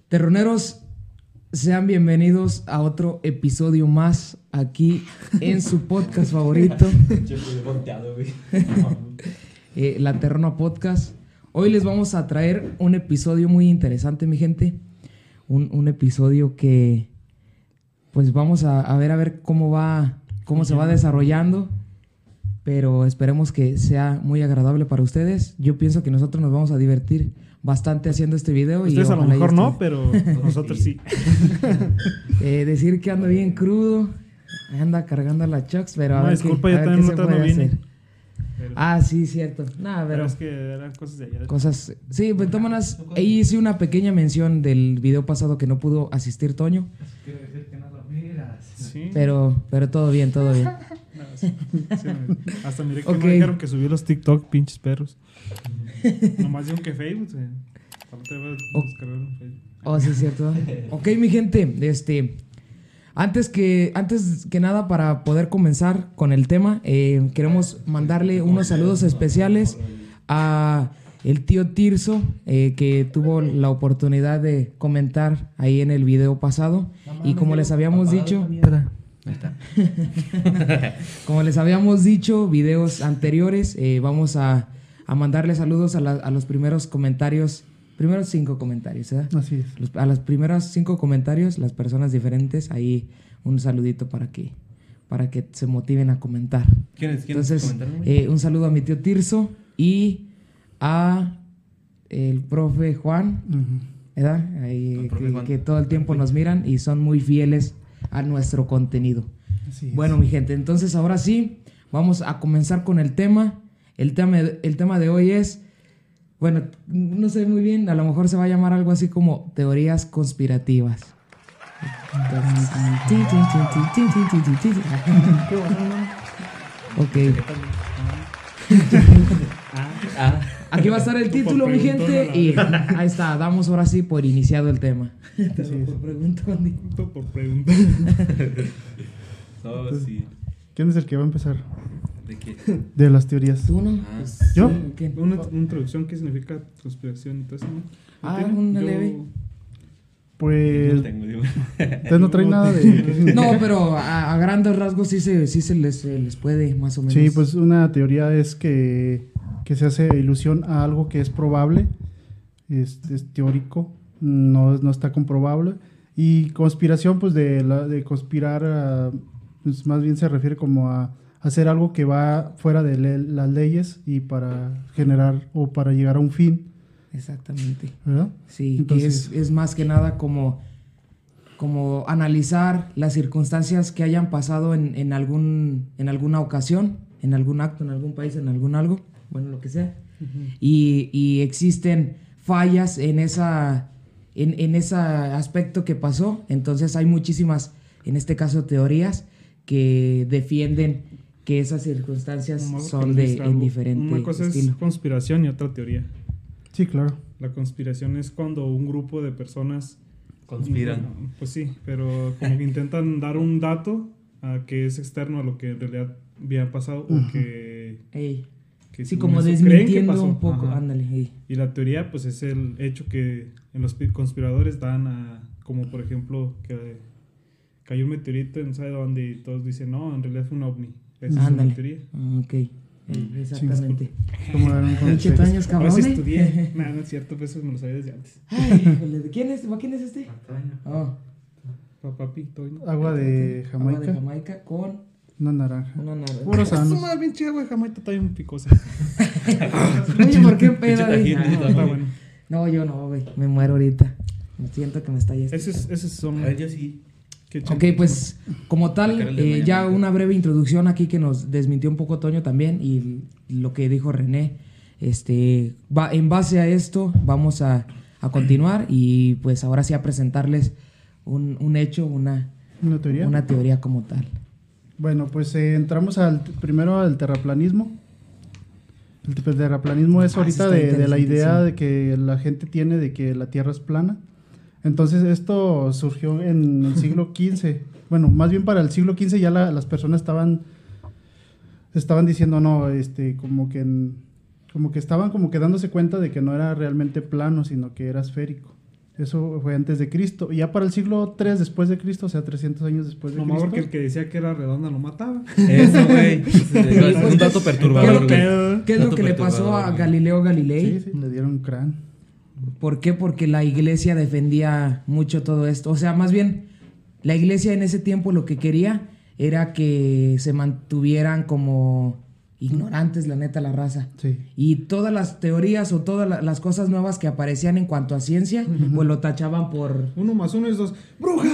Terroneros, sean bienvenidos a otro episodio más aquí en su podcast favorito. La Terrona Podcast. Hoy les vamos a traer un episodio muy interesante, mi gente. Un episodio que pues vamos a ver cómo se va desarrollando. Pero esperemos que sea muy agradable para ustedes. Yo pienso que nosotros nos vamos a divertir bastante haciendo este video. Ustedes a lo mejor no, pero nosotros sí. Decir que ando bien crudo, anda cargando la Chucks, pero no, disculpa, yo también no vine. Ah, sí, cierto. Nah, pero es que eran cosas de allá. Cosas, sí, pues tómanos. Ahí hice una pequeña mención del video pasado que no pudo asistir Toño. Quiero decir que no lo miras. Sí. Pero todo bien, todo bien. No, sí, hasta miré que no dijeron que subió los TikTok, pinches perros. Nomás dijeron que Facebook. Te voy a descargar un Facebook. Oh, sí, cierto. Ok, mi gente, antes que nada, para poder comenzar con el tema, queremos mandarle unos saludos especiales a el tío Tirso, que tuvo la oportunidad de comentar ahí en el video pasado. Y como les habíamos dicho, videos anteriores, vamos a mandarle saludos a los primeros 5 comentarios, ¿verdad? Así es. A los primeros 5 comentarios, las personas diferentes, ahí un saludito para que se motiven a comentar. ¿Quiénes Entonces, comentaron? un saludo a mi tío Tirso y a el profe Juan, ¿verdad? Ahí, que todo el tiempo nos miran y son muy fieles a nuestro contenido. Así es. Bueno, mi gente, entonces ahora sí, vamos a comenzar con el tema. El tema de hoy es, bueno, no sé muy bien, a lo mejor se va a llamar algo así como teorías conspirativas. Ok. Aquí va a estar el título, mi gente, y ahí está, damos ahora sí por iniciado el tema. Por pregunta, Andy. Por pregunta. No, sí. ¿Quién es el que va a empezar? ¿De qué? De las teorías. ¿Tú no? ¿Yo? ¿Qué? Una introducción, ¿qué significa conspiración? Entonces, ¿no? Una leve. Pues. No tengo, digo. Usted no trae nada de. No, pero a grandes rasgos sí se les puede, más o menos. Sí, pues una teoría es que se hace ilusión a algo que es probable, es teórico, no está comprobable. Y conspiración, pues de conspirar, pues más bien se refiere como a hacer algo que va fuera de las leyes y para generar o para llegar a un fin. Exactamente. ¿Verdad? Sí, entonces, que es más que nada como analizar las circunstancias que hayan pasado en alguna ocasión, en algún acto, en algún país, en algún algo, bueno, lo que sea. Y existen fallas en ese aspecto que pasó. Entonces hay muchísimas, en este caso, teorías que defienden que esas circunstancias son en diferente Una cosa estilo. es conspiración y otra teoría. sí, claro. La conspiración es cuando un grupo de personas Conspiran. Pues sí, pero como que intentan dar un dato que es externo a lo que en realidad había pasado o que Ey. sí, Sí, según como eso creen que desmintiendo pasó. un poco, Ajá. ándale. Ey. Y la teoría pues es el hecho que en los conspiradores dan como por ejemplo que cayó un meteorito en no sé dónde y todos dicen no, en realidad fue un ovni. Esa es Ándale. una teoría. Ok. Exactamente. Como dar un Pinche consejo. Toños, Ahora sí cabrón. estudié. No, no es cierto, pues eso me lo sabía desde antes. Ay, híjole, ¿de quién es? ¿Para quién es este? Oh, Papi, Toño. Agua de agua Jamaica, de Jamaica con una naranja. una naranja. Puro Eso sano. más bien chido, güey, Jamaica está bien picosa. Oye, ¿por qué peda? Pinche tajín, No, está bueno. No, yo no, güey. Me muero ahorita. Me siento que me está yendo. Esos son. A ver, yo sí. qué Ok, chido. pues como tal, ya una breve introducción aquí que nos desmintió un poco Toño también y lo que dijo René. En base a esto vamos a continuar y pues ahora sí a presentarles un hecho, ¿Una teoría? una teoría como tal. Bueno, pues entramos primero al terraplanismo. El terraplanismo es ahorita de la idea de que la gente tiene de que la Tierra es plana. Entonces esto surgió en el siglo XV. Bueno, más bien para el siglo XV ya las personas estaban diciendo no, como que estaban como que dándose cuenta de que no era realmente plano, sino que era esférico. Eso fue antes de Cristo. Y ya para el siglo III después de Cristo, o sea, 300 años después de Nomás Cristo. porque el que decía que era redonda lo mataba. Eso, güey. Es un dato perturbador, güey. ¿Qué es lo Dato que le pasó perturbador, a güey. Galileo Galilei? Sí, le dieron un crán. ¿Por qué? Porque la iglesia defendía mucho todo esto. O sea, más bien, la iglesia en ese tiempo lo que quería era que se mantuvieran como ignorantes, la neta, la raza. Sí. Y todas las teorías o todas las cosas nuevas que aparecían en cuanto a ciencia, pues lo tachaban por... 1 más 1 es 2. ¡Bruja!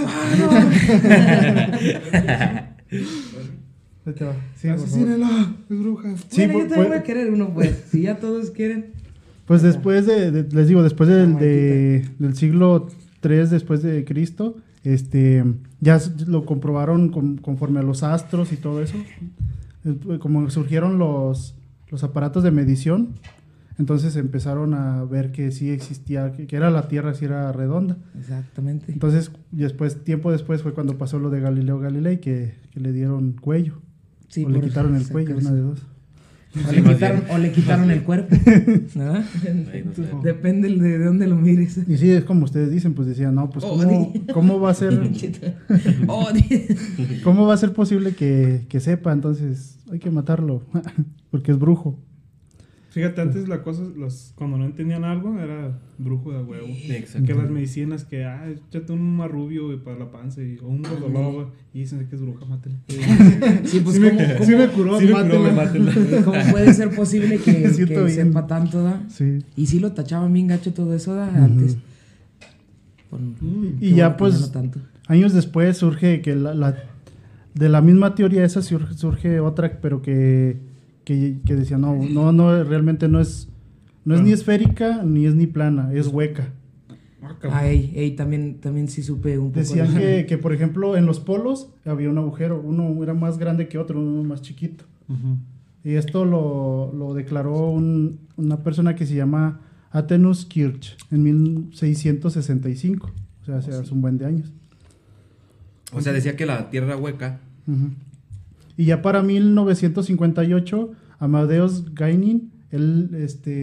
Ahí te va. Sí, por favor. ¡Asesínela! ¡Es bruja! Sí, Bueno, yo también fue- voy a querer uno, pues. Si ya todos quieren. Pues después les digo, después del siglo III después de Cristo, ya lo comprobaron conforme a los astros y todo eso. Como surgieron los aparatos de medición, entonces empezaron a ver que sí existía, que era la Tierra, sí era redonda. Exactamente. Entonces, tiempo después fue cuando pasó lo de Galileo Galilei, que le dieron cuello. Sí, o le por quitaron el cuello, sacarse. una de dos. O le quitaron el cuerpo. ¿No? Ahí no sé. Depende de dónde lo mires. Y sí, es como ustedes dicen, pues decían, no, pues ¿cómo va a ser? ¿Cómo va a ser posible que sepa? Entonces hay que matarlo, porque es brujo. Fíjate, antes la cosa, cuando no entendían algo, era brujo de huevo. Exacto. Que las medicinas que, échate un marrubio güey, para la panza y, o un gordolobo y dicen que es bruja, mátela. Sí, pues Sí me- ¿cómo, sí me curó, Sí me mátela. curó, mátela. cómo puede ser posible que, Me siento que bien. sepa tanto, da? Sí. Y sí lo tachaban bien gacho todo eso, da, antes. Y ya pues no tanto. años después surge que de la misma teoría esa surge otra, pero que decía, no, realmente no es ni esférica ni es ni plana, es hueca. Ay, también sí supe un poco. Decían de- que, por ejemplo, en los polos había un agujero, uno era más grande que otro, uno más chiquito. Y esto lo declaró una persona que se llama Athenus Kirch en 1665. O sea, hace un buen de años. O sea, decía que la tierra hueca. Ujú. Y ya para 1958, Amadeus Gainin, él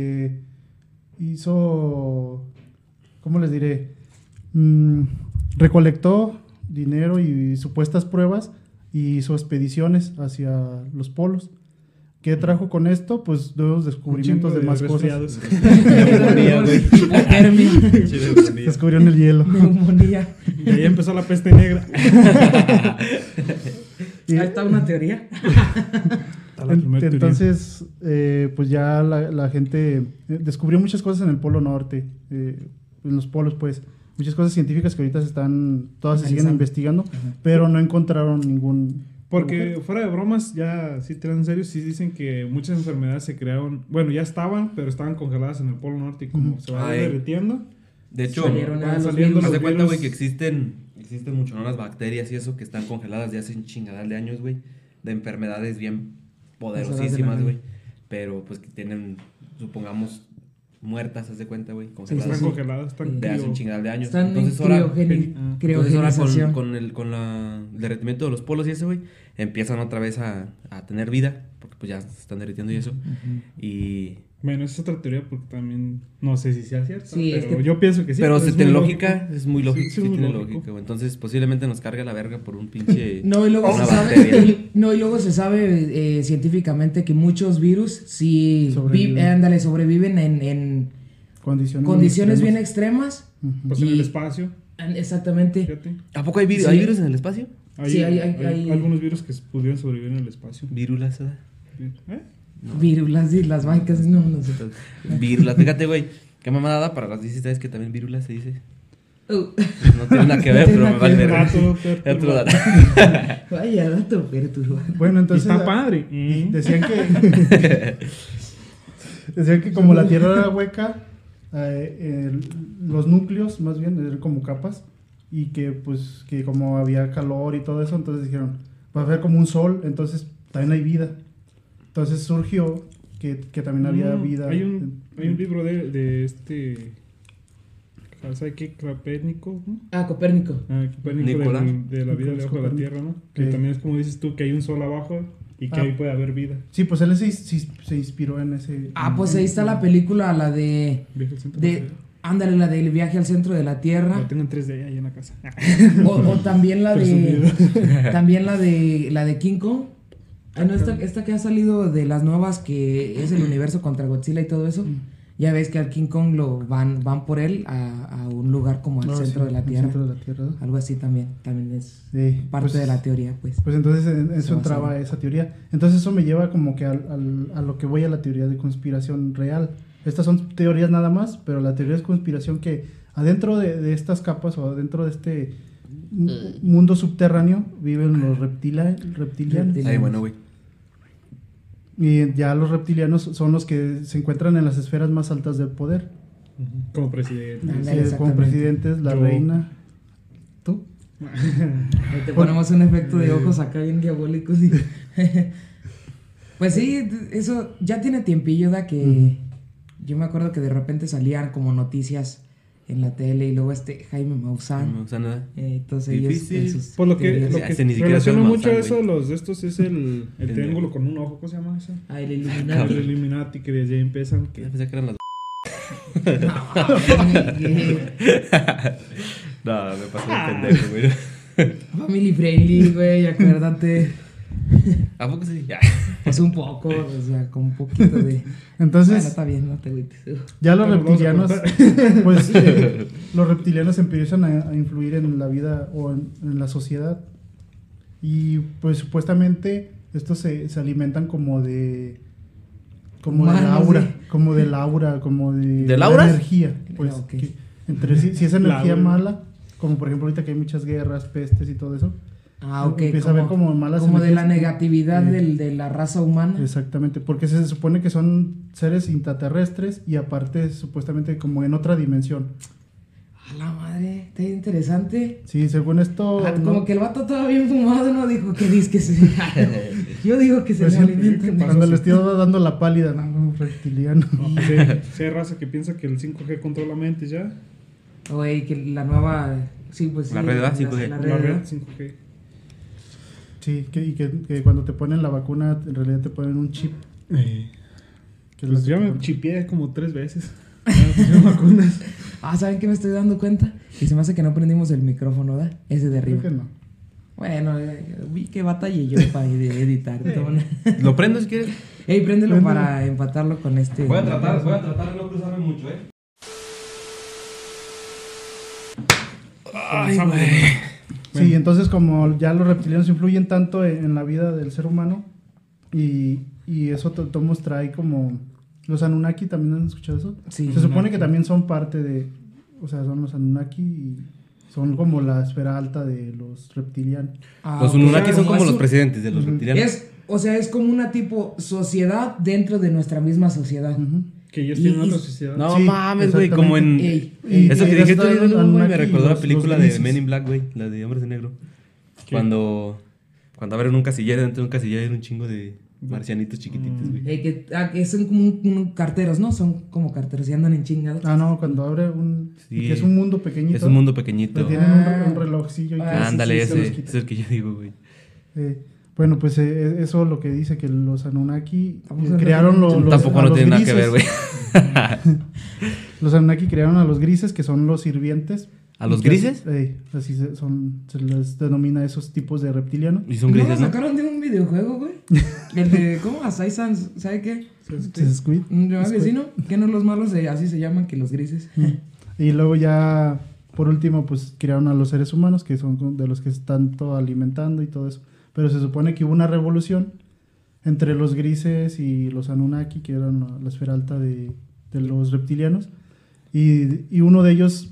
hizo, ¿cómo les diré? Recolectó dinero y supuestas pruebas y hizo expediciones hacia los polos. ¿Qué trajo con esto? Pues nuevos descubrimientos de más cosas. Neumonía, güey. Hipotermia, Descubrieron el hielo. neumonía. Y ahí empezó la peste negra. Y- Ahí está una teoría. Está la primera teoría. Entonces, pues ya la gente descubrió muchas cosas en el Polo Norte, en los polos, pues, muchas cosas científicas que ahorita todas se siguen Analizando. investigando, pero no encontraron ningún... Porque fuera de bromas, ya sí te dan en serio, sí dicen que muchas enfermedades se crearon, bueno, ya estaban, pero estaban congeladas en el Polo Norte y como se va Ay. derritiendo. De hecho, Salieron van los saliendo virus. haz de los cuenta, virus. güey, que existen mucho, ¿no? Las bacterias y eso que están congeladas de hace un chingadal de años, güey. De enfermedades bien poderosísimas, güey. Pero pues que tienen, supongamos, muertas, haz de cuenta, güey. Congeladas. Están congeladas, están De hace un crío. chingadal de años. Están Entonces en ahora, Entonces ahora criogenización. con el derretimiento de los polos y eso, güey, empiezan otra vez a tener vida. Porque pues ya se están derritiendo y eso. Y... Bueno, esa es otra teoría porque también no sé si sea cierta, Sí, es pero que- yo pienso que sí. pero es si muy tiene lógico. lógica, es muy lógico, Sí, sí, es muy tiene lógico. lógica, güey. Entonces posiblemente nos carga la verga por un pinche... No, y luego una se sabe, bacteria. no, y luego se sabe científicamente que muchos virus sí Sobreviven. sobreviven en condiciones bien extremas. Ujú. Pues en Y- el espacio, Exactamente. fíjate. ¿A poco hay virus? Sí. ¿Hay virus en el espacio? Sí, hay- algunos virus que pudieron sobrevivir en el espacio. Virulas, ¿eh? ¿Eh? Virulas y las bancas, no sé. Virulas, fíjate, güey. Qué mamada para las 16, ¿sabes que también virulas se dice? Oh, No tiene nada que ver, No tiene pero me nada vale que ver. ver. Dato Otro dato. vaya dato perturbador. Bueno, Y entonces... está padre. Decían que como la Tierra era hueca, los núcleos más bien eran como capas y que pues que como había calor y todo eso, entonces dijeron, va a haber como un sol, entonces también hay vida. Entonces surgió que también había vida. Hay un libro de ¿sabe qué? Copérnico, ¿no? Copérnico. Copérnico Nicolás. de la vida Nicolás debajo de la Copérnico. Tierra, ¿no? Que Sí. también es como dices tú, que hay un sol abajo y que ahí puede haber vida. Sí, pues él se inspiró en ese... Pues ahí está la película, la de... Viaje al centro de de- Ándale, la del viaje al centro de la Tierra. La tengo en 3D ahí en la casa. O también la de. Presumido. También la de King Kong. Ah, no, esta que ha salido de las nuevas, que es el universo contra Godzilla y todo eso. Ya ves que al King Kong van por él a un lugar como al centro de la Tierra. Centro de la Tierra, ¿no? Algo así también es Sí, parte pues, de la teoría, pues. Pues entonces en Se eso basa entraba en- esa teoría. Entonces eso me lleva como que a lo que voy a la teoría de conspiración real. Estas son teorías nada más, pero la teoría de conspiración que adentro de estas capas o adentro de este mundo subterráneo viven los reptilianos. Ay, bueno, güey. Y ya los reptilianos son los que se encuentran en las esferas más altas del poder. Como presidente. Ándale, Sí, como exactamente. presidentes, la Yo. reina. ¿Tú? Ahí te ponemos un efecto de ojos acá bien diabólicos. Pues sí, eso ya tiene tiempillo, da que yo me acuerdo que de repente salían como noticias en la tele y luego Jaime Maussan. No usa nada. Entonces ellos Difícil. en sus Pues lo que teorías- Ese ni siquiera relaciona son mucho Maussan, eso, güey. los de estos, es el El triángulo de- con un ojo, ¿cómo se llama eso? Ah, el El Illuminati. Illuminati, que desde ahí empiezan. Que... Yo pensé que eran las. No, me pasó de pendejo, güey. Family friendly, güey, acuérdate. ¿A poco sí? Ya. Pues un poco, o sea, con un poquito de. Bueno, Entonces, está bien, no te agüites. ya los Bueno, vamos a reptilianos, pues los reptilianos empiezan a influir en la vida o en la sociedad. Y pues supuestamente estos se alimentan como de Humanos, aura, sí. como del aura, como de ¿Del la aura? energía. Pues Ok. que entre si es La energía aura. mala, como por ejemplo ahorita que hay muchas guerras, pestes y todo eso. Ah, ok. Empieza a haber como malas como de la energías. negatividad Sí. de la raza humana. Exactamente, porque se supone que son seres intraterrestres y aparte supuestamente como en otra dimensión. A la madre, está interesante. Sí, según esto... Ah, no- como que el vato estaba bien fumado, no dijo que dice que se. Yo digo que se pues, le alimentan. cuando le estoy dando la pálida, no, un reptiliano. No, pues, sí, hay raza que piensa que el 5G controla mentes ya. Güey, que la nueva. Sí, pues sí. La red, ¿verdad? 5G. La La red, red ¿verdad? 5G. Sí, que cuando te ponen la vacuna, en realidad te ponen un chip. Que es Pues lo ya que te me ponen. chipié como 3 veces. Ya me pusieron vacunas. Ah, ¿saben qué me estoy dando cuenta? Y se me hace que no prendimos el micrófono, ¿verdad? Ese de Creo arriba. que no. Bueno, vi que batallé yo para editar. ¿Lo prendo si quieres? Ey, préndelo Préndelo. para empatarlo con este. Voy a tratar de no cruzarme mucho, Ay, güey. Sí, entonces como ya los reptilianos influyen tanto en la vida del ser humano y eso Tomos trae como... Los Anunnaki, ¿también han escuchado eso? Sí. Se supone que también son parte de... O sea, son los Anunnaki y son como la esfera alta de los reptilianos. Ah, Los ok. Anunnaki son O sea, como es los un- presidentes de los reptilianos. O sea, es como una tipo sociedad dentro de nuestra misma sociedad. Ujú. Que ellos Y- tienen y- otra sociedad. No Sí, mames, güey, como en... Ey. Y- Eso y que dijiste están ahorita, los güey, me Anunnaki y recordó la los película de grises. Men in Black, güey, la de Hombres de Negro. ¿Qué? Cuando abren un casillero, dentro de un casillero hay un chingo de marcianitos chiquititos, güey. Que son como carteros, ¿no? Son como carteros y andan en chingados. Ah, no, cuando abre un... Sí. Que es un mundo pequeñito. Es un mundo pequeñito. que tienen un relojcillo y que Ah, Ándale, sí, sí, ese es el que yo digo, güey. Bueno, pues eso es lo que dice que los Anunnaki Vamos a ver. crearon los Tampoco a no los tiene nada que ver, grises. güey. Los Anunnaki crearon a los grises, que son los sirvientes. ¿A los Y que grises? así se les denomina a esos tipos de reptilianos. Y son ¿No grises, lo ¿no? sacaron de un videojuego, güey? El de, ¿cómo? Asai Sans, ¿sabe qué? Es Squid. Yo vecino, que no los malos así se llaman que los grises. Y luego ya, por último, pues crearon a los seres humanos, que son de los que están todo alimentando y todo eso. Pero se supone que hubo una revolución entre los grises y los Anunnaki, que eran la esfera alta de los reptilianos. Y uno de ellos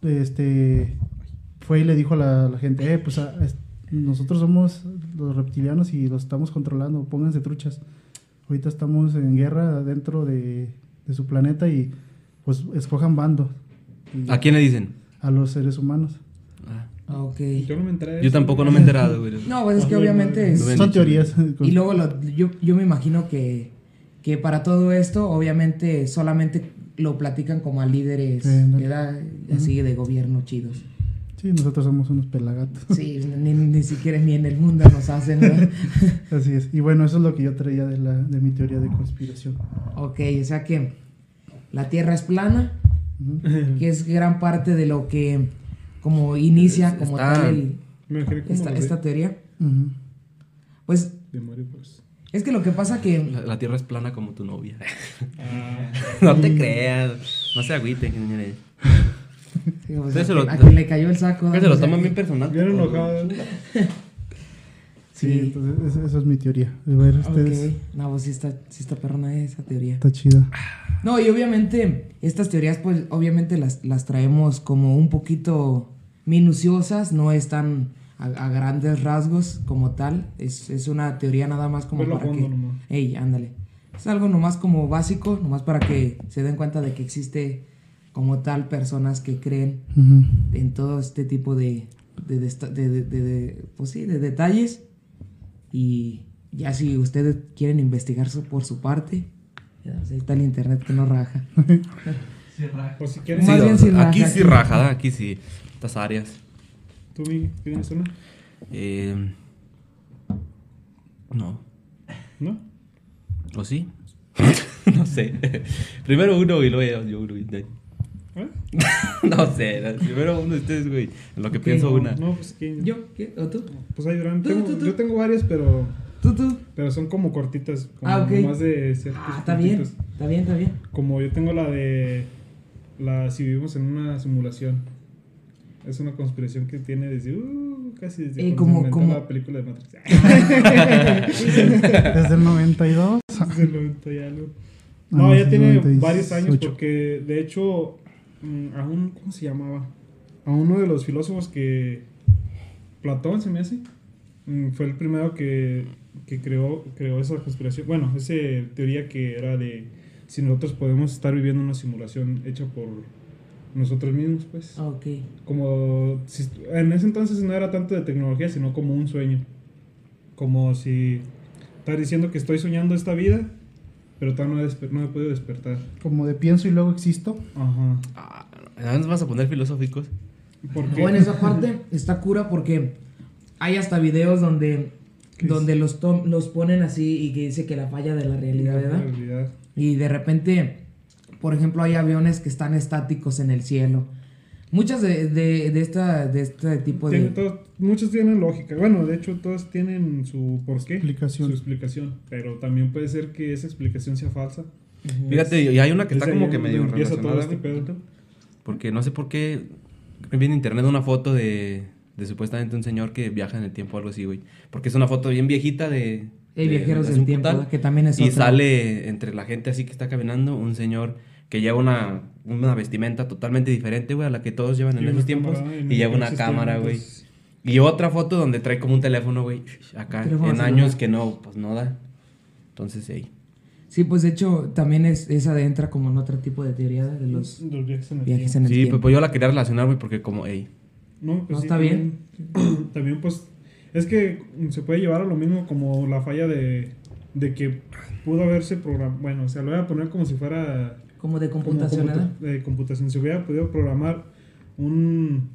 fue y le dijo a la gente, pues nosotros somos los reptilianos y los estamos controlando, pónganse truchas. Ahorita estamos en guerra dentro de su planeta y pues escojan bando. Y ¿A quién le dicen? a los seres humanos. Ah, Ah, ok. Yo no me enteré de yo eso, tampoco güey. no me he enterado, güey. No, pues es que Ay, obviamente madre. es... Lo ven Son dicho, teorías. Y luego yo me imagino que para todo esto, obviamente, solamente lo platican como a líderes, ¿no? ¿verdad? Así de gobierno chidos. Sí, nosotros somos unos pelagatos. Sí, ni siquiera ni en el mundo nos hacen, ¿verdad? Así es. Y bueno, eso es lo que yo traía de mi teoría de conspiración. Ok, o sea que la Tierra es plana que es gran parte de lo que como inicia como tal Me imaginé como esta teoría. Ujú. Pues de Mario Bros. es que lo que pasa que La tierra es plana como tu novia. Ah, No te creas. No se agüiten, señores. sí, pues, Ustedes a quien le cayó el saco. Que se lo toman bien personal. bien enojado. Sí, Sí. entonces esa es mi teoría. A ver, ustedes. Ok. No, pues sí está perrona esa teoría. Está chida. No, y obviamente estas teorías pues obviamente las traemos como un poquito minuciosas, no están a grandes rasgos como tal, es una teoría nada más como Verlo a para fondo que... nomás. Ey, ándale. Es algo nomás como básico, nomás para que se den cuenta de que existe como tal personas que creen Ujú. en todo este tipo pues sí, de detalles. Y ya si ustedes quieren investigar por su parte, ya, pues ahí está el internet que no raja. O si quieres, Más bien sin aquí raja, sí aquí. rajada, aquí sí. Estas áreas. tú, Miguel, ¿tienes una? No. ¿No? ¿O sí? No sé. Primero uno y luego yo uno. ¿Eh? No sé. Primero uno de ustedes, güey. En lo que Ok. pienso una. No, pues que ¿Yo? ¿Qué? ¿O tú? Pues ahí Durán. Tú. Yo tengo varias, ¿Tú? pero son como cortitas. Como Ah, ok. más de ciertos Está bien, puntitos. está bien, está bien. Como yo tengo la de si vivimos en una simulación. Es una conspiración que tiene desde casi desde cuando como- se inventó como- la película de Matrix. Desde el 92. Desde el 90 y algo. Ah, No, ya sí, tiene 98. varios años porque de hecho ¿cómo se llamaba? A uno de los filósofos que Platón se me hace fue el primero que creó esa conspiración. Bueno, esa teoría que era de si nosotros podemos estar viviendo una simulación hecha por nosotros mismos, pues. Ah, ok. Como si en ese entonces no era tanto de tecnología, sino como un sueño. Como si estar diciendo que estoy soñando esta vida, pero todavía no he podido despertar. Como de pienso y luego existo. Ajá. ¿Ya nos vas a poner filosóficos? Porque O en esa parte está cura porque hay hasta videos donde los ponen así y que dice que la falla de la realidad, ¿verdad? Y de repente, por ejemplo, hay aviones que están estáticos en el cielo. Muchas de este tipo de... Muchos tienen lógica. Bueno, de hecho, todos tienen su porqué. Explicación. Su explicación. Pero también puede ser que esa explicación sea falsa. Fíjate, y hay una que está Desde como ahí que es medio donde empieza todo relacionada, este güey, pedo. porque no sé por qué vi en internet una foto de supuestamente un señor que viaja en el tiempo o algo así, güey. Porque es una foto bien viejita de... Hay viajeros hace del un tiempo, putal, ¿verdad? Que también es y otra. sale entre la gente así que está caminando un señor que lleva una vestimenta totalmente diferente, güey, a la que todos llevan en Y esos una tiempos. cámara en Y lleva el una sistema, cámara, güey. entonces- Y otra foto donde trae como un teléfono, güey, acá, Teléfono en celular. años que no, pues no da. Entonces, ahí. Sí, pues de hecho también esa entra como en otro tipo de teoría de los Los viajes en el viajes tiempo. en el Sí, tiempo. pues yo la quería relacionar, güey, porque como, ey. No, pues No, sí, está también, también, pues, es que se puede llevar a lo mismo como la falla de que pudo haberse programado. Bueno, o sea, lo voy a poner como si fuera. Como de Como computación, ¿verdad? de computación. Se hubiera podido programar un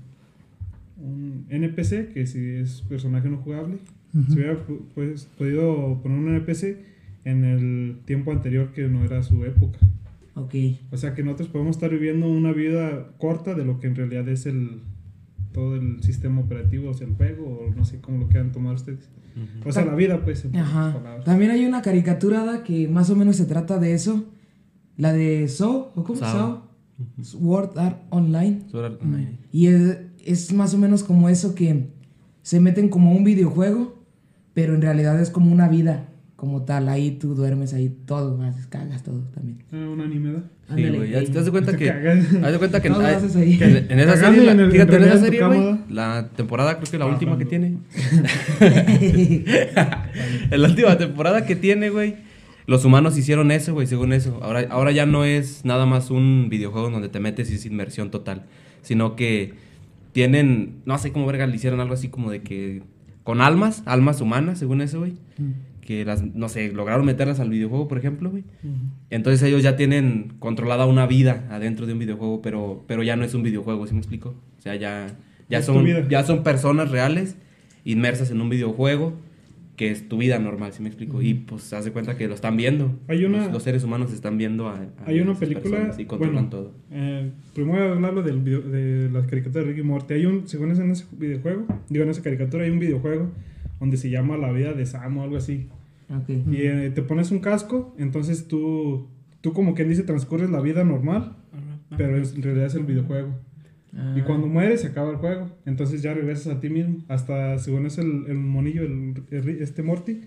NPC, que si es personaje no jugable. Ujú. Se hubiera pues, podido poner un NPC en el tiempo anterior que no era su época. Ok. O sea que nosotros podemos estar viviendo una vida corta de lo que en realidad es todo el sistema operativo, o sea, el juego, o no sé cómo lo quieran tomar ustedes. O sea, la vida, pues, en pocas Ajá. palabras. También hay una caricaturada que más o menos se trata de eso. La de Saw, ¿o cómo? Saw. Saw. Sword Art Online. Online. Y es más o menos como eso que se meten como un videojuego, pero en realidad es como una vida como tal. Ahí tú duermes, ahí todo, haces, cagas todo también. Ah, un anime, ¿verdad? Sí, Ándale, güey, ya ahí. te das cuenta que... Cagas. Haz de cuenta que, Todo lo haces ahí. que en esa Cagando serie, y en fíjate, en realidad esa en tu serie, cama, güey, ¿verdad? la temporada, creo que la última que Trabajando. tiene. En la última temporada que tiene, güey, los humanos hicieron eso, güey, según eso. Ahora ya no es nada más un videojuego donde te metes y es inmersión total, sino que tienen, no sé cómo verga, le hicieron algo así como de que con almas humanas, según eso, güey, que las, no sé, lograron meterlas al videojuego, por ejemplo, güey. Entonces ellos ya tienen controlada una vida adentro de un videojuego, pero ya no es un videojuego, ¿sí me explico? O sea, ya Es tu vida. son personas reales inmersas en un videojuego que es tu vida normal, ¿sí me explico? Y pues se hace cuenta que lo están viendo. Los seres humanos están viendo a hay una esas película personas y controlan todo. Primero voy a hablarlo de las caricaturas de Rick y Morty. Según en ese videojuego, en esa caricatura hay un videojuego donde se llama La vida de Sam o algo así. Okay. Y te pones un casco, entonces tú como quien dice transcurres la vida normal, pero en realidad es el videojuego. Y cuando mueres se acaba el juego, entonces ya regresas a ti mismo. Hasta según es el monillo, este Morty,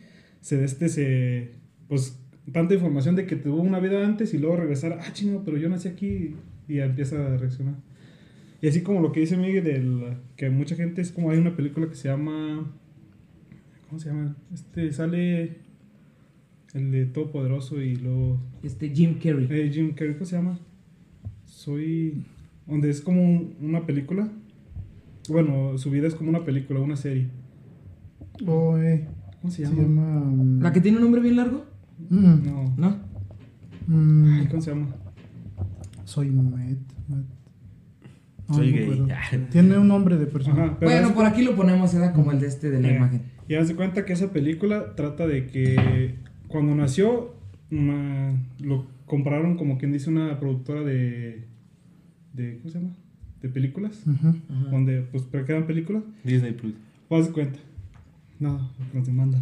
pues tanta información de que tuvo una vida antes y luego regresar, chingo, pero yo nací aquí, y ya empieza a reaccionar. Y así como lo que dice Miguel, que mucha gente es como hay una película que se llama, ¿cómo se llama? Sale el de Todopoderoso y luego... Jim Carrey. Jim Carrey, ¿cómo se llama? Donde es como una película. Bueno, su vida es como una película, una serie. ¿Cómo se llama? ¿La que tiene un nombre bien largo? No. ¿Cómo se llama? Soy Matt. Soy gay. Tiene un nombre de persona. Bueno, por aquí lo ponemos, era como el de la imagen. Y haz de cuenta que esa película trata de que cuando nació, lo compraron como quien dice una productora de ¿cómo se llama? De películas. Donde pues quedan películas. Disney Plus. Haz de cuenta. No, nos demandan.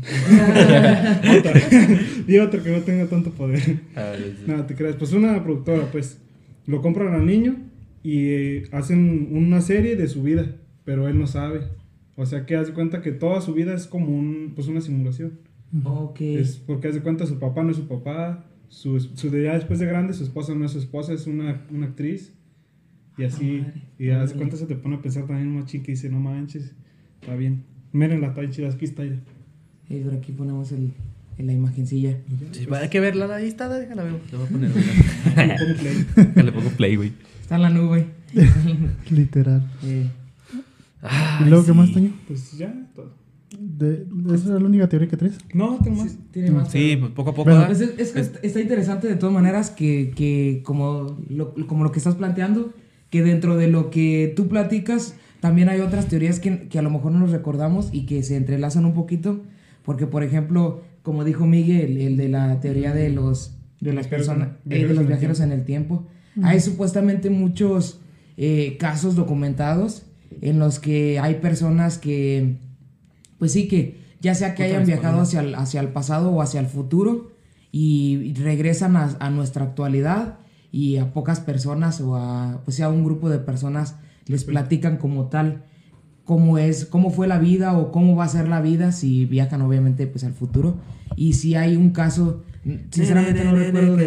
Y otra que no tenga tanto poder. No, te creas. Pues una productora, pues, lo compran al niño y hacen una serie de su vida, pero él no sabe. O sea que haz de cuenta que toda su vida es como una simulación. Ok. Es porque haz de cuenta su papá no es su papá, ya después de grande su esposa no es su esposa, es una actriz. Y así, y haz de cuenta se te pone a pensar también un machín que dice, no manches, está bien. Miren la está chida, aquí está ella. Por aquí ponemos la imagencilla. Sí, hay que verla, ahí está, déjala ver. Le voy a poner Le pongo play. Le pongo play, güey. Está en la nube. Literal. ¿Y luego qué más, Toño? Pues ya, todo. ¿Esa es la única teoría que traes? No, tengo más. Sí, tiene más. Sí, pues poco a poco. Bueno, Pues es que está interesante de todas maneras que como lo que estás planteando, que dentro de lo que tú platicas también hay otras teorías que a lo mejor no nos recordamos y que se entrelazan un poquito, porque por ejemplo, como dijo Miguel, el de la teoría de las personas, de los viajeros en el tiempo, hay supuestamente muchos casos documentados en los que hay personas que, pues sí, que ya sea que hayan viajado hacia el pasado o hacia el futuro y regresan a nuestra actualidad, y a pocas personas o a un grupo de personas les platican como tal cómo fue la vida o cómo va a ser la vida si viajan obviamente pues al futuro. Y si hay un caso, sinceramente no recuerdo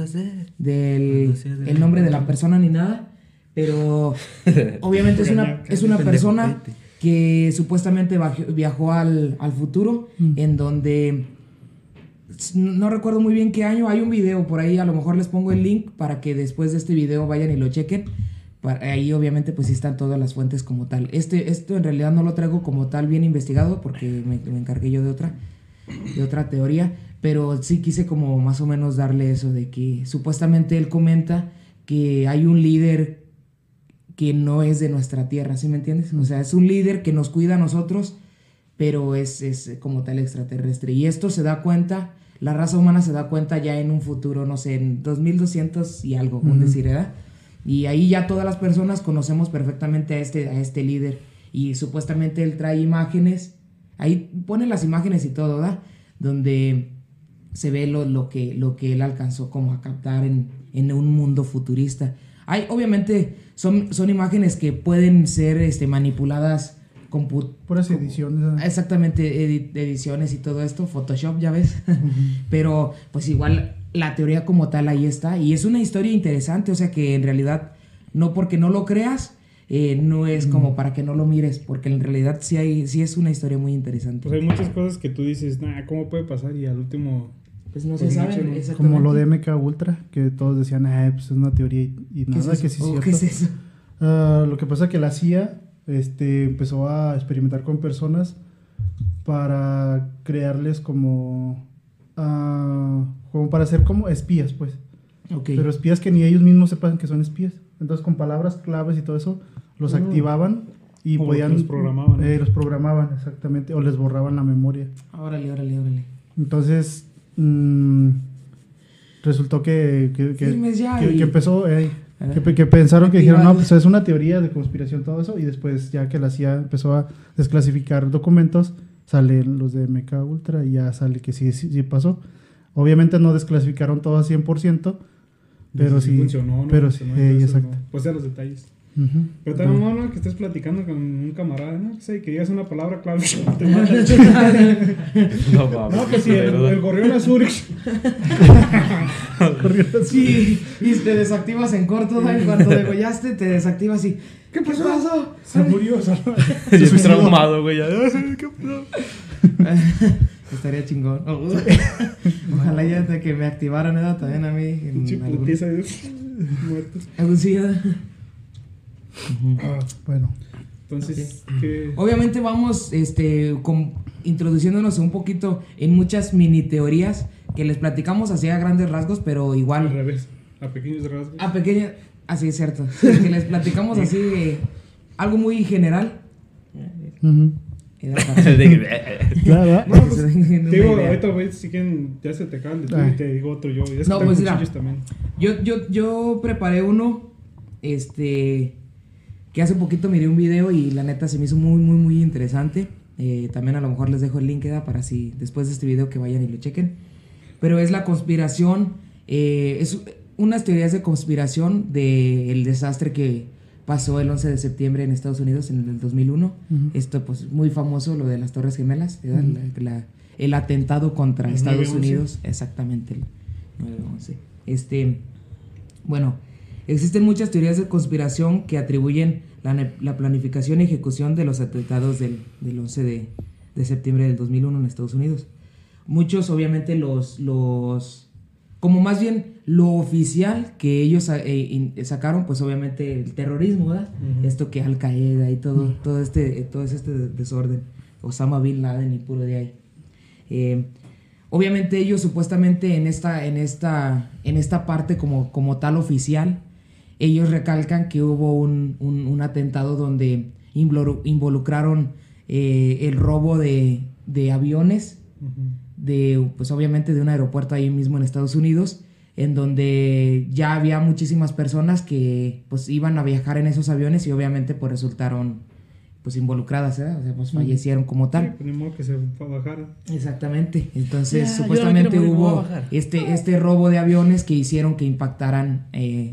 el nombre de la persona ni nada, pero obviamente es una persona que supuestamente viajó al futuro, en donde no recuerdo muy bien qué año. Hay un video por ahí, a lo mejor les pongo el link para que después de este video vayan y lo chequen. Ahí obviamente pues sí están todas las fuentes como tal. Esto en realidad no lo traigo como tal bien investigado porque me encargué yo de otra teoría, pero sí quise como más o menos darle eso de que supuestamente él comenta que hay un líder que no es de nuestra tierra, ¿sí me entiendes? O sea, es un líder que nos cuida a nosotros, pero es como tal extraterrestre. Y esto se da cuenta, la raza humana se da cuenta ya en un futuro, no sé, en 2200 y algo, un decir, ¿verdad? Y ahí ya todas las personas conocemos perfectamente a este líder. Y supuestamente él trae imágenes, ahí pone las imágenes y todo, ¿verdad? Donde se ve lo que él alcanzó como a captar en un mundo futurista. Obviamente son imágenes que pueden ser manipuladas con puras ediciones. Exactamente, ediciones y todo esto, Photoshop, ya ves. Pero pues igual la teoría como tal ahí está, y es una historia interesante, o sea que en realidad no porque no lo creas, no es como para que no lo mires, porque en realidad sí es una historia muy interesante. Pues hay muchas cosas que tú dices, ¿cómo puede pasar? Y al último... Pues no se sabe, exactamente. Como lo de MK Ultra, que todos decían, pues es una teoría y nada, que sí es cierto. ¿Qué es eso? Lo que pasa es que la CIA empezó a experimentar con personas para crearles como para ser como espías, pues. Okay. Pero espías que ni ellos mismos sepan que son espías. Entonces con palabras claves y todo eso los activaban y O podían... los programaban. Los programaban, exactamente, o les borraban la memoria. Órale. Entonces, resultó que Firmes ya y- empezó... Ajá. que pensaron que dijeron, no, Activados. pues es una teoría de conspiración, todo eso, y después ya que la CIA empezó a desclasificar documentos, salen los de MK Ultra y ya sale que sí pasó. Obviamente no desclasificaron todo a 100%, pero sí funcionó, ¿no? pero Funcionó, sí, entonces, exacto. no. Pues ya los detalles. Ujú. Pero también bueno que estés platicando con un camarada, ¿no? Que digas una palabra clave, te mata. No, mames. No, pues sí, el gorrión azul. Sí, y te desactivas en corto, ¿no? En cuanto degollaste, te desactivas y... ¿Qué pasó? Se murió, Yo estoy traumado, güey. Ya. ¿Qué pasó? Estaría chingón. Ojalá ya de que me activaran eso también a mí. En algún- Chiputiza de muertos. algún sida. Bueno, Entonces, ¿qué? Obviamente vamos introduciéndonos un poquito en muchas mini teorías que les platicamos así a grandes rasgos, pero Al igual revés, a pequeños rasgos. a pequeñas... Así es cierto. Que les platicamos así algo muy general. ujú. Y da para- Claro, para que se den una Te digo, idea. ahorita, güey, si quieren, ya se te cae el de tú Ay. y te digo otro yo. Y es No, que pues tengo mira. cuchillos también. Yo preparé uno, que hace poquito miré un video y la neta se me hizo muy interesante. También a lo mejor les dejo el link, para si después de este video que vayan y lo chequen. Pero es la conspiración, es unas teorías de conspiración del desastre que pasó el 11 de septiembre en Estados Unidos en el 2001. Ujú. Esto pues muy famoso, lo de las Torres Gemelas, ¿verdad? El atentado contra El Estados 9/11. Unidos, exactamente, el 9/11. Bueno, existen muchas teorías de conspiración que atribuyen la planificación y ejecución de los atentados del 11 de septiembre del 2001 en Estados Unidos. Muchos, obviamente, como más bien lo oficial que ellos sacaron, pues obviamente el terrorismo, ¿verdad? Ujú. Esto que Al Qaeda y todo este desorden, Osama Bin Laden y puro de ahí. Obviamente ellos supuestamente en esta parte como tal oficial, ellos recalcan que hubo un atentado donde involucraron el robo de aviones, Ujú. pues obviamente de un aeropuerto ahí mismo en Estados Unidos, en donde ya había muchísimas personas que pues iban a viajar en esos aviones y obviamente pues resultaron pues involucradas, ¿eh? O sea, pues fallecieron como Sí, tal. pues ni modo que se bajara. Exactamente. Entonces, Ya, supuestamente yo no quiero morir, me voy a hubo bajar. este robo de aviones que hicieron que impactaran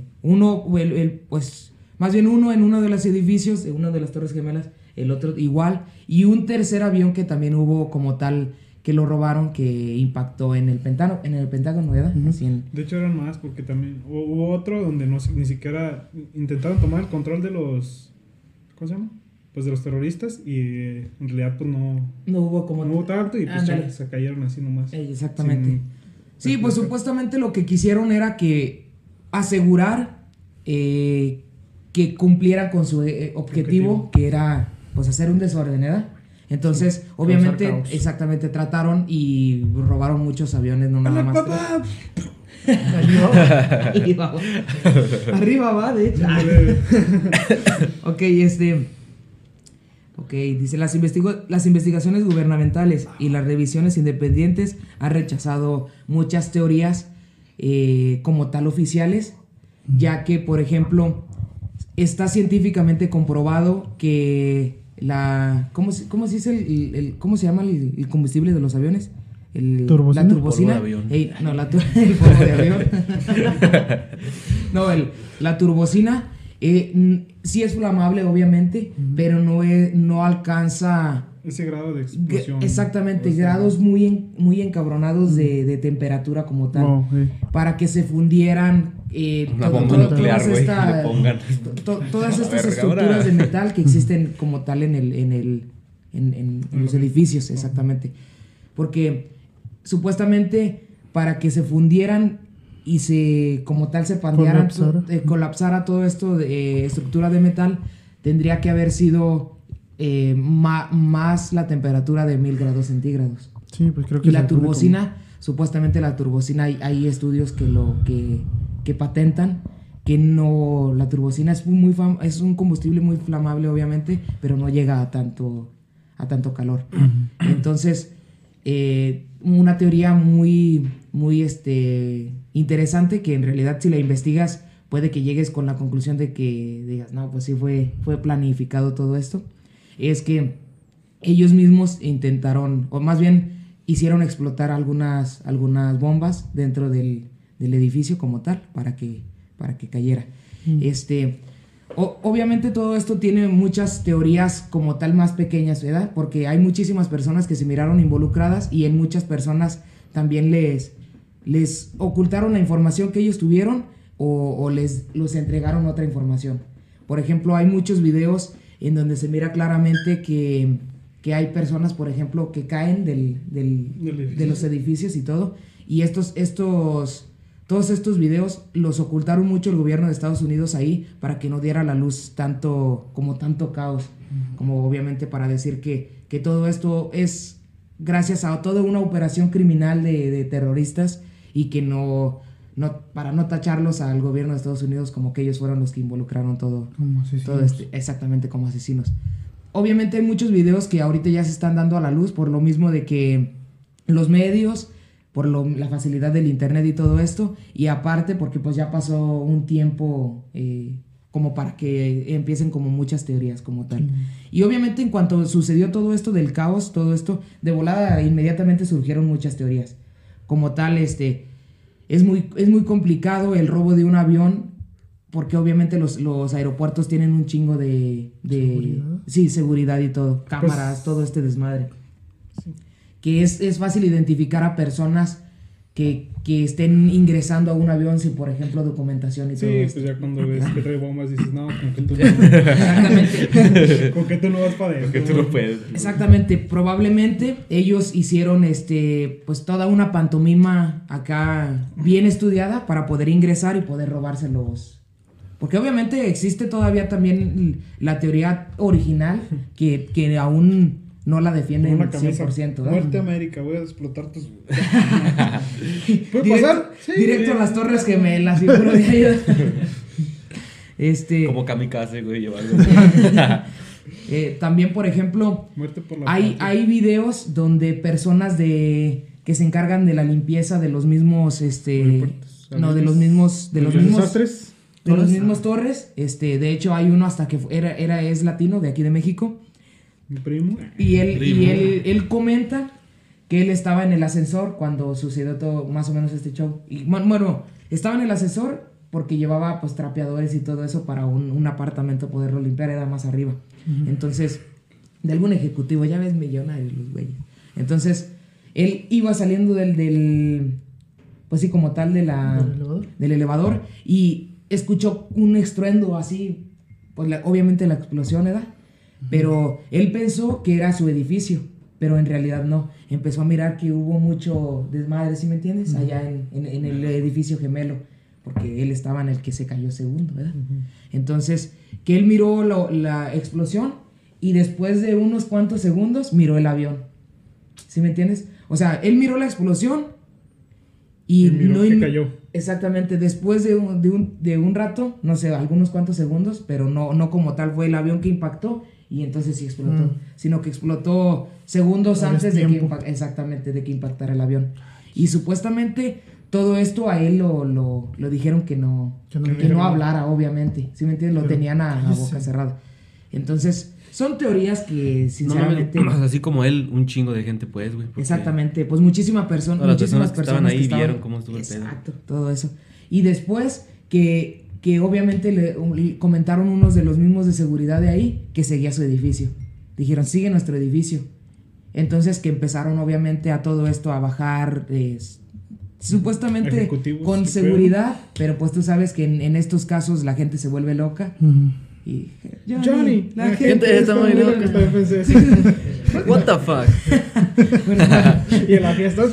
pues más bien uno en uno de los edificios, en una de las Torres Gemelas, el otro igual, y un tercer avión que también hubo como tal que lo robaron, que impactó en el Pentágono, ¿verdad? Ujú. Así en- De hecho, eran más porque también hubo otro donde ni siquiera intentaron tomar el control de los. ¿Cómo se llama? Pues de los terroristas y en realidad, pues no hubo como no hubo tanto y pues Ándale. ya se cayeron así nomás. Exactamente. Sin- Sí, pues supuestamente lo que quisieron era que asegurar que cumplieran con su objetivo, que era pues hacer un desorden, ¿verdad? Entonces, obviamente, caos. exactamente, trataron y robaron muchos aviones, no nada más. Arriba, arriba va, de hecho. Ok, Ok, dice, las investigaciones gubernamentales y las revisiones independientes han rechazado muchas teorías como tal oficiales, ya que, por ejemplo, está científicamente comprobado que ¿cómo se dice ¿cómo se llama el combustible de los aviones? ¿Turbocina? La turbocina. Polvo de avión. El polvo de avión. No, la turbocina sí es flamable, obviamente, pero no alcanza Ese grado de explosión. exactamente O sea, grados muy encabronados de temperatura como tal, No, sí. para que se fundieran Una bomba nuclear, todas güey. Le pongan. todas A estas ver, estructuras ahora. de metal que existen como tal en los edificios, exactamente. Porque supuestamente para que se fundieran y como tal se pandearan, colapsara todo esto de estructura de metal, tendría que haber sido más la temperatura de 1000 grados centígrados. Sí, pues creo que Y la se pone turbocina, supuestamente la turbocina, hay estudios que patentan que no, la turbocina es es un combustible muy flamable, obviamente, pero no llega a tanto calor. Entonces, una teoría muy interesante, que en realidad si la investigas puede que llegues con la conclusión de que digas, no, pues sí fue planificado todo esto, es que ellos mismos intentaron, o más bien hicieron explotar algunas bombas dentro del edificio como tal, para que cayera. Obviamente todo esto tiene muchas teorías como tal más pequeñas, ¿verdad? Porque hay muchísimas personas que se miraron involucradas, y en muchas personas también les ocultaron la información que ellos tuvieron, o los entregaron otra información. Por ejemplo, hay muchos videos en donde se mira claramente que hay personas, por ejemplo, que caen de los edificios y todo, y todos estos videos los ocultaron mucho el gobierno de Estados Unidos ahí, para que no diera a la luz tanto caos, como obviamente para decir que todo esto es gracias a toda una operación criminal de terroristas, y que para no tacharlos al gobierno de Estados Unidos como que ellos fueron los que involucraron todo exactamente como asesinos. Obviamente hay muchos videos que ahorita ya se están dando a la luz por lo mismo de que los medios, por la facilidad del internet y todo esto, y aparte porque pues ya pasó un tiempo como para que empiecen como muchas teorías como tal. Y obviamente en cuanto sucedió todo esto del caos, todo esto, de volada inmediatamente surgieron muchas teorías. Como tal, es muy complicado el robo de un avión, porque obviamente los aeropuertos tienen un chingo de ¿Seguridad? Sí, seguridad y todo, cámaras, Pues, todo este desmadre. Sí. Que es fácil identificar a personas que estén ingresando a un avión sin, por ejemplo, documentación y todo Sí, esto. pues ya cuando ves que trae bombas dices, no, como que tú Exactamente. como que tú no vas para adentro. Que tú no puedes. Exactamente, probablemente ellos hicieron pues toda una pantomima acá bien estudiada para poder ingresar y poder robárselos. Porque obviamente existe todavía también la teoría original que aún no la defienden Una camisa, 100%, ¿verdad? Muerte América, voy a explotar tus... ¿Puede pasar? Sí. Directo a las Torres Gemelas y puro de ahí. Como kamikaze, güey, llevando. También, por ejemplo, Muerte por la hay videos donde personas que se encargan de la limpieza de los mismos de los mismos desastres. de los mismos torres. De hecho hay uno hasta que es latino, de aquí de México. Mi primo. Y él comenta que él estaba en el ascensor cuando sucedió todo más o menos este show. Y bueno, estaba en el ascensor porque llevaba pues trapeadores y todo eso para un apartamento poderlo limpiar, era más arriba. Entonces, de algún ejecutivo, ya ves, millonarios los güeyes. Entonces, él iba saliendo pues sí, como tal del elevador, y escuchó un estruendo así, pues obviamente la explosión, ¿verdad? Pero él pensó que era su edificio, pero en realidad no. Empezó a mirar que hubo mucho desmadre, ¿sí me entiendes? Allá en el edificio gemelo, porque él estaba en el que se cayó segundo, ¿verdad? Entonces, que él miró la explosión y después de unos cuantos segundos miró el avión, ¿sí me entiendes? O sea, él miró la explosión y miró que cayó. Exactamente, después de un rato, no sé, algunos cuantos segundos, pero no como tal fue el avión que impactó y entonces sí explotó, sino que explotó segundos antes de que impactara el avión. Y supuestamente todo esto a él lo dijeron que no hablara, obviamente, ¿sí me entiendes? Lo tenían a boca cerrada. Entonces, son teorías que sinceramente... No, así como él, un chingo de gente, pues, güey. Exactamente, pues muchísimas personas que estaban ahí vieron cómo estuvo el pedo. Exacto, todo eso. Y después que obviamente le comentaron unos de los mismos de seguridad de ahí que seguía su edificio. Dijeron, sigue nuestro edificio. Entonces que empezaron obviamente a todo esto a bajar, supuestamente ejecutivos con seguridad, pero pues tú sabes que en estos casos la gente se vuelve loca. Y Johnny, la gente está muy loca. What the fuck. Bueno, y en las fiestas.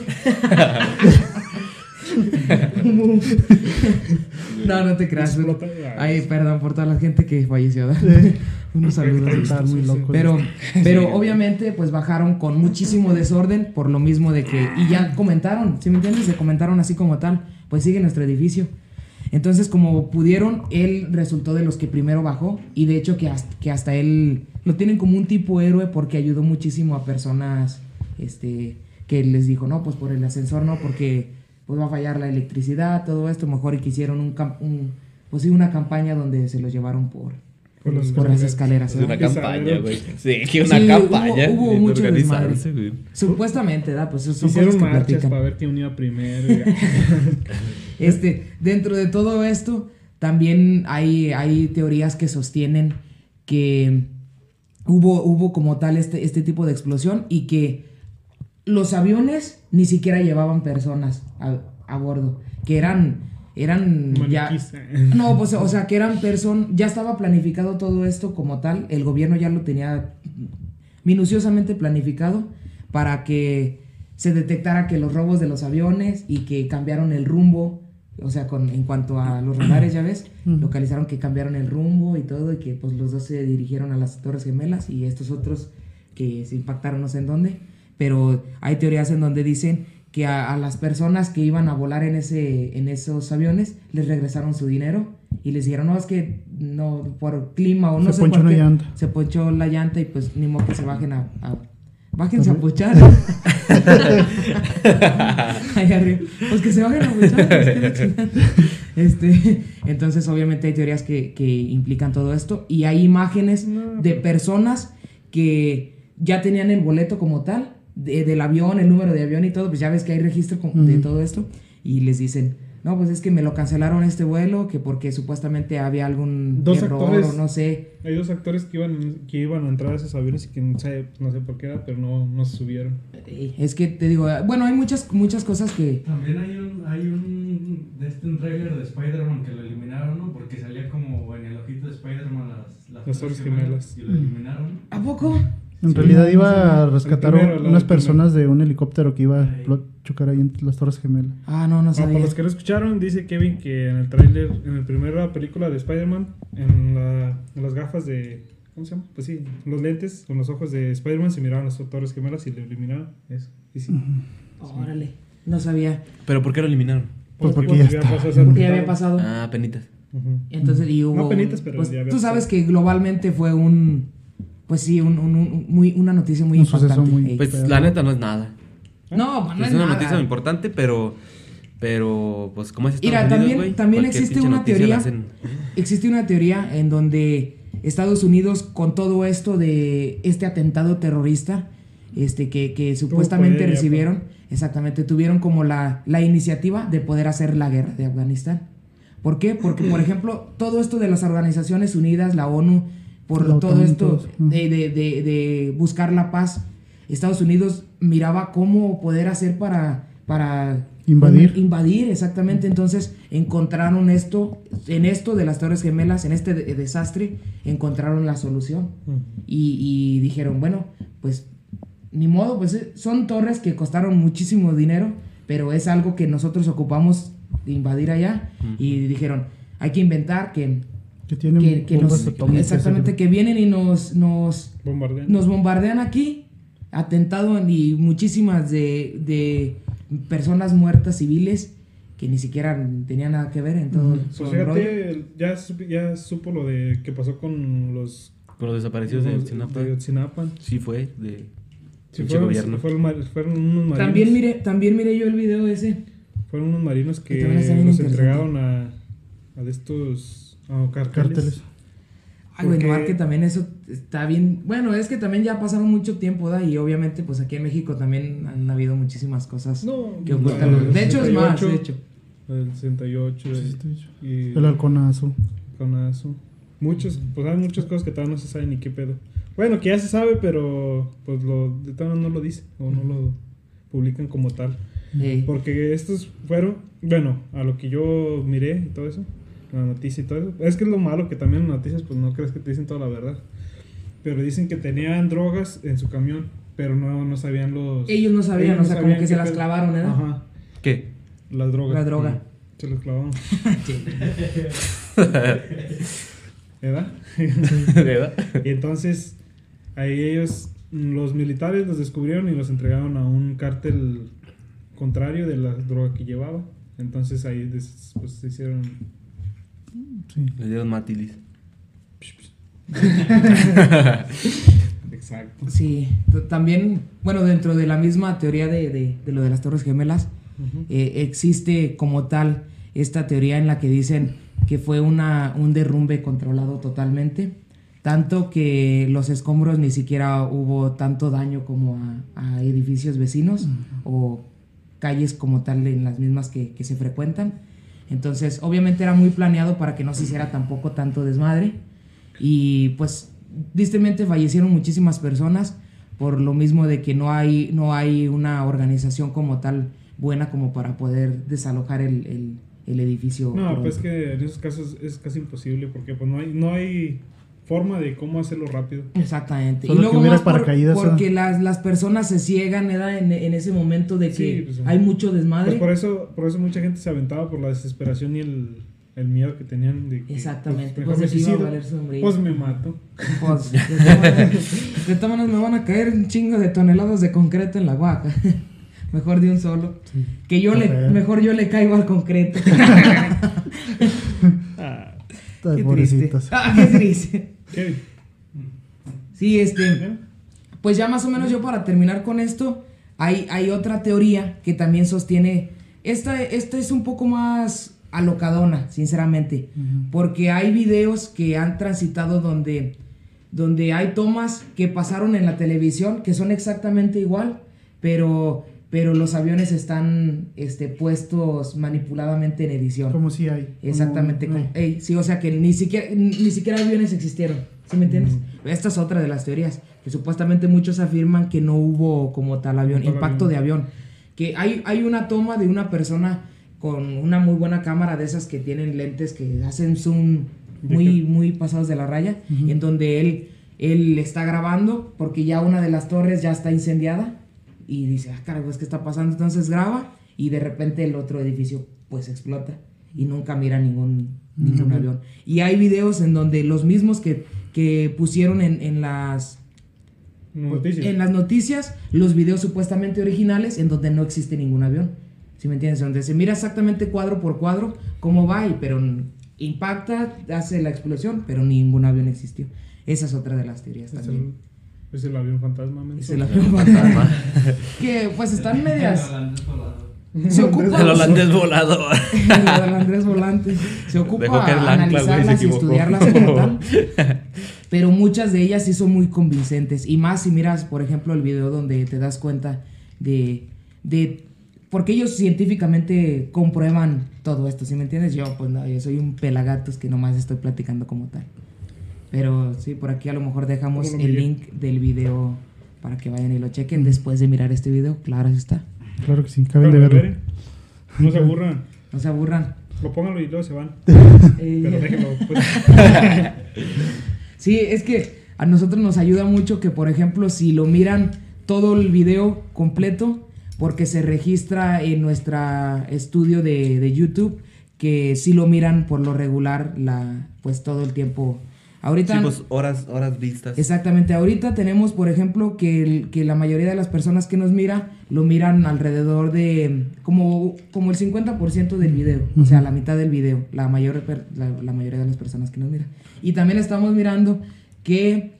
no te creas. Explota. Ay, perdón por toda la gente que falleció, ¿verdad? Unos saludos. Están muy locos. Pero obviamente pues bajaron con muchísimo desorden por lo mismo de que... Y ya comentaron, ¿sí me entiendes? Se comentaron así como tal, pues sigue nuestro edificio. Entonces, como pudieron, él resultó de los que primero bajó. Y de hecho que hasta él lo tienen como un tipo héroe porque ayudó muchísimo a personas que les dijo, no, pues por el ascensor no, porque pues va a fallar la electricidad, todo esto. Mejor y que hicieron pues sí, una campaña donde se los llevaron por las escaleras. Es una ¿verdad? campaña, güey. Sí, que una campaña. Hubo de mucho organizarse, desmadre. güey. Supuestamente, ¿verdad? Pues son Hicieron cosas que marchas platican. para ver quién unía primero. Dentro de todo esto, también hay teorías que sostienen que hubo como tal este tipo de explosión y que los aviones ni siquiera llevaban personas a bordo, que eran ya... Maniquís. No, pues, o sea, que eran personas... Ya estaba planificado todo esto como tal, el gobierno ya lo tenía minuciosamente planificado para que se detectara que los robos de los aviones y que cambiaron el rumbo, o sea, en cuanto a los radares, ya ves, localizaron que cambiaron el rumbo y todo, y que pues los dos se dirigieron a las Torres Gemelas y estos otros que se impactaron no sé en dónde, pero hay teorías en donde dicen que a las personas que iban a volar en esos aviones les regresaron su dinero y les dijeron, no, es que no, por clima o no sé Se ponchó por qué, una llanta. se ponchó la llanta y pues ni modo que se bajen bájense a puchar. Ahí arriba. Pues que se bajen a puchar. Entonces, obviamente, hay teorías que implican todo esto. Y hay imágenes de personas que ya tenían el boleto como tal, del avión, el número de avión y todo. Pues ya ves que hay registro de todo esto. Y les dicen, no, pues es que me lo cancelaron este vuelo, que porque supuestamente había algún error o no sé. Hay dos actores que iban a entrar a esos aviones y que no sé por qué era, pero no se subieron. Es que te digo, bueno, hay muchas cosas que... También hay un trailer de Spider-Man que lo eliminaron, ¿no? Porque salía como en el ojito de Spider-Man las Torres Gemelas. y lo eliminaron. ¿A poco? En realidad iba a rescatar primero, unas personas de un helicóptero que iba a chocar ahí en las Torres Gemelas. Ah, no Para sabía. los que no escucharon, dice Kevin que en el tráiler, en la primera película de Spider-Man, en las gafas de... ¿Cómo se llama? Pues sí, los lentes con los ojos de Spider-Man se miraban las Torres Gemelas y lo eliminaron. Eso. Y sí. Órale, no sabía. ¿Pero por qué lo eliminaron? Pues porque ya está. Porque ya había pasado. Ah, penitas. Entonces, y hubo... No penitas, pero pues, ya había tú sabes pasado. que globalmente fue pues sí, una noticia muy Un suceso impactante. muy- Ey. Pues Pero- la neta no es nada. No, pues no Es es una nada. noticia importante, pero pues como es Estados Mira, Unidos, güey, también cualquier existe pinche una noticia teoría. la hacen- Existe una teoría en donde Estados Unidos, con todo esto de este atentado terrorista, que supuestamente poder, ya, recibieron, exactamente, tuvieron como la iniciativa de poder hacer la guerra de Afganistán. ¿Por qué? Porque, por ejemplo, todo esto de las Organizaciones Unidas, la ONU, por La todo OTAN, esto todos. de buscar la paz, Estados Unidos miraba cómo poder hacer para Invadir. exactamente. Entonces encontraron en esto de las Torres Gemelas, en este desastre, encontraron la solución. Y dijeron, bueno, pues ni modo, pues son torres que costaron muchísimo dinero, pero es algo que nosotros ocupamos de invadir allá. Y dijeron, hay que inventar que tienen bombas atómicas. exactamente, que vienen y nos bombardean aquí, atentado y muchísimas de personas muertas civiles que ni siquiera tenían nada que ver en todo su Pues rollo. fíjate, ya supo lo de que pasó con los desaparecidos de Ayotzinapa. de Ayotzinapa. Sí fue de Sí, pinche gobierno. fueron unos marinos. También miré yo el video ese. Fueron unos marinos que Que también está bien los interesante. entregaron a de estos cárteles. Ay, bueno, Porque- que también eso está bien. Bueno, es que también ya pasaron mucho tiempo, ¿da? Y obviamente, pues aquí en México también han habido muchísimas cosas No, que ocultan. el De hecho, es más, 68, de hecho. El 68. Y El halconazo. con eso. Pues hay muchas cosas que todavía no se sabe ni qué pedo. Bueno, que ya se sabe, pero pues de todavía no lo dice o no lo publican como tal. Ey. Porque estos fueron, bueno, a lo que yo miré y todo eso, la noticia y todo eso. Es que es lo malo que también en noticias pues no crees que te dicen toda la verdad. Pero dicen que tenían drogas en su camión, pero no sabían los... Ellos no sabían, ellos o sea, como sabían que se qué las pedo. clavaron, ¿eh? Ajá, ¿Qué? las drogas. La droga. Se las clavaron. ¿Verdad? ¿Verdad? Y entonces ahí ellos, los militares los descubrieron y los entregaron a un cártel contrario de la droga que llevaba Entonces ahí pues se hicieron... Sí. Le dieron matilis. Exacto. Sí, también, bueno, dentro de la misma teoría de lo de las Torres Gemelas, existe como tal esta teoría en la que dicen que fue un derrumbe controlado totalmente, tanto que los escombros ni siquiera hubo tanto daño como a edificios vecinos o calles como tal en las mismas que se frecuentan. Entonces, obviamente era muy planeado para que no se hiciera tampoco tanto desmadre. Y pues, tristemente fallecieron muchísimas personas por lo mismo de que no hay una organización como tal buena como para poder desalojar el edificio. No, pues que en esos casos es casi imposible porque pues no hay forma de cómo hacerlo rápido. Exactamente. Solo y luego que hubiera más paracaídas, porque las personas se ciegan, ¿verdad? En ese momento de que Sí, pues, hay mucho desmadre. Pues por eso mucha gente se aventaba por la desesperación y el miedo que tenían de que, Exactamente, pues, pues, de que iba a suicido, valer su hombría. pues me mato. Pues, de todas maneras me van a caer un chingo de toneladas de concreto en la guaca. Mejor de un solo. Sí. Que mejor yo le caigo al concreto. Ay, Qué triste. pobrecitos. Qué triste. Kevin, Sí, pues ya más o menos yo para terminar con esto, hay otra teoría que también sostiene, esta es un poco más alocadona, sinceramente, porque hay videos que han transitado donde hay tomas que pasaron en la televisión que son exactamente igual, pero los aviones están puestos manipuladamente en edición. Como si hay. Exactamente. Sí, o sea que ni siquiera aviones existieron. ¿Sí me entiendes? Esta es otra de las teorías. Que supuestamente muchos afirman que no hubo como tal impacto de avión. Que hay una toma de una persona con una muy buena cámara de esas que tienen lentes que hacen zoom muy pasados de la raya. En donde él está grabando porque ya una de las torres ya está incendiada. Y dice, caray, pues, ¿qué está pasando? Entonces graba y de repente el otro edificio pues explota y nunca mira ningún avión. Y hay videos en donde los mismos que pusieron en las noticias, los videos supuestamente originales en donde no existe ningún avión. ¿Sí me entiendes? Donde se mira exactamente cuadro por cuadro cómo va, pero impacta, hace la explosión, pero ningún avión existió. Esa es otra de las teorías también. Es el avión fantasma, men. Es el avión fantasma. Que pues están medias. Se ocupa. El holandés volado. El holandés volante. Se ocupa Dejó caer el ancla, güey, se analizarlas y equivocó. estudiarlas como tal. Pero muchas de ellas sí son muy convincentes. Y más si miras, por ejemplo, el video donde te das cuenta de porque ellos científicamente comprueban todo esto, ¿sí me entiendes? Yo, pues no, yo soy un pelagatos que nomás estoy platicando como tal. Pero sí, por aquí a lo mejor dejamos el link del video para que vayan y lo chequen después de mirar este video. Claro, está. Claro que sí, caben de verlo. No se aburran. No se aburran. Lo pónganlo y luego se van. Pero déjenlo. Pues. Sí, es que a nosotros nos ayuda mucho que, por ejemplo, si lo miran todo el video completo, porque se registra en nuestro estudio de YouTube, que si lo miran por lo regular, pues todo el tiempo. Ahorita, Sí, pues horas vistas. exactamente, ahorita tenemos, por ejemplo, que la mayoría de las personas que nos lo miran alrededor de como el 50% del video, o sea, la mitad del video, la mayoría de las personas que nos miran. Y también estamos mirando que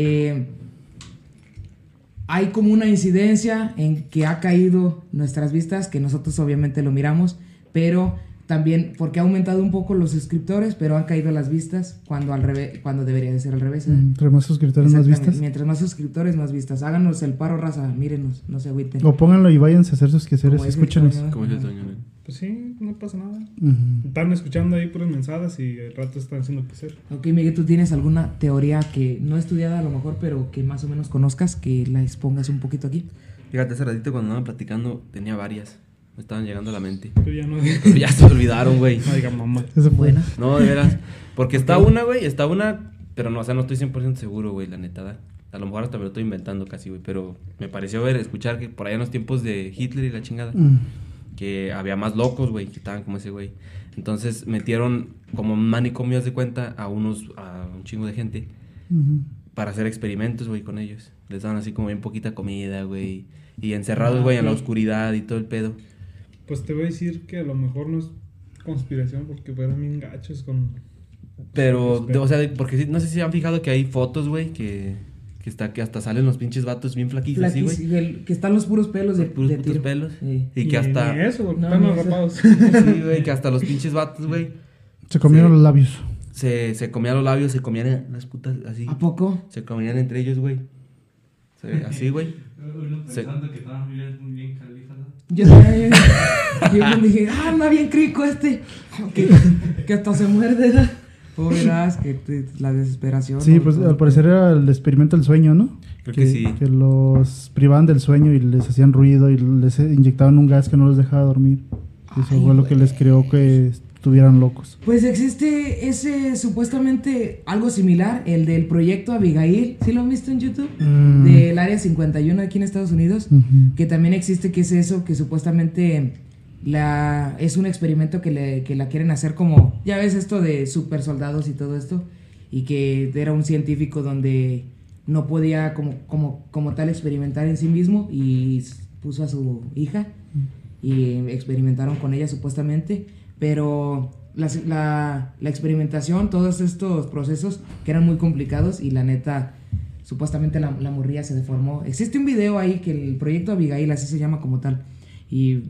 hay como una incidencia en que ha caído nuestras vistas, que nosotros obviamente lo miramos, pero también porque ha aumentado un poco los suscriptores, pero han caído las vistas cuando debería de ser al revés. Entre más suscriptores, más vistas. Mientras más suscriptores, más vistas. Háganos el paro, raza, mírenos, no se agüiten. O pónganlo y váyanse a hacer sus quehaceres, Como dice escúchenos. Toño, Como dice el Toño, ¿no? Pues sí, no pasa nada. Ujú. Están escuchando ahí puras mensadas y al rato están haciendo que hacer. Ok, Miguel, ¿tú tienes alguna teoría que no estudiada a lo mejor, pero que más o menos conozcas, que la expongas un poquito aquí? Fíjate, hace ratito cuando andaban platicando tenía varias. Me estaban llegando a la mente. Pero ya no, Pero ya se olvidaron, güey. no diga mamá. Eso fue. Buena. No, de veras. Porque está una, pero no, o sea, no estoy 100% seguro, güey, la neta. A lo mejor hasta me lo estoy inventando casi, güey, pero me pareció escuchar que por allá en los tiempos de Hitler y la chingada, que había más locos, güey, que estaban como ese güey. Entonces metieron como manicomios de cuenta a un chingo de gente Ujú. para hacer experimentos, güey, con ellos. Les daban así como bien poquita comida, güey, y encerrados, güey, en la oscuridad y todo el pedo. Pues te voy a decir que a lo mejor no es conspiración porque fueron bien gachos con... Pero, o sea, porque no sé si han fijado que hay fotos, güey, que hasta salen los pinches vatos bien flaquitos, así, güey. Que están los puros pelos de Puros tiro. pelos. Sí. Y que hasta... Ni eso, porque No, están ni eso. arrapados. Sí, güey, que hasta los pinches vatos, güey, Se comieron Sí. los labios. se comían los labios, se comían las putas así. ¿A poco? Se comían entre ellos, güey. Así, güey. Uno pensando que estaban muy bien califados. Yo dije, anda bien crico este. Que hasta se muerde, ¿verdad? Verás que la desesperación. Sí, ¿no? pues Todo. al parecer era el experimento del sueño, ¿no? Creo que sí. Que los privaban del sueño y les hacían ruido y les inyectaban un gas que no los dejaba dormir. Eso Ay, fue lo que les creó que estuvieran locos. Pues existe ese supuestamente algo similar, el del proyecto Abigail. ¿Sí lo han visto en YouTube? Del Área 51 aquí en Estados Unidos. Ujú. Que también existe, que es eso, que supuestamente es un experimento que la quieren hacer como, ya ves esto de super soldados y todo esto, y que era un científico donde no podía como tal experimentar en sí mismo y puso a su hija y experimentaron con ella supuestamente, pero la experimentación, todos estos procesos que eran muy complicados y la neta, supuestamente la morrilla se deformó. Existe un video ahí que el proyecto Abigail, así se llama como tal, y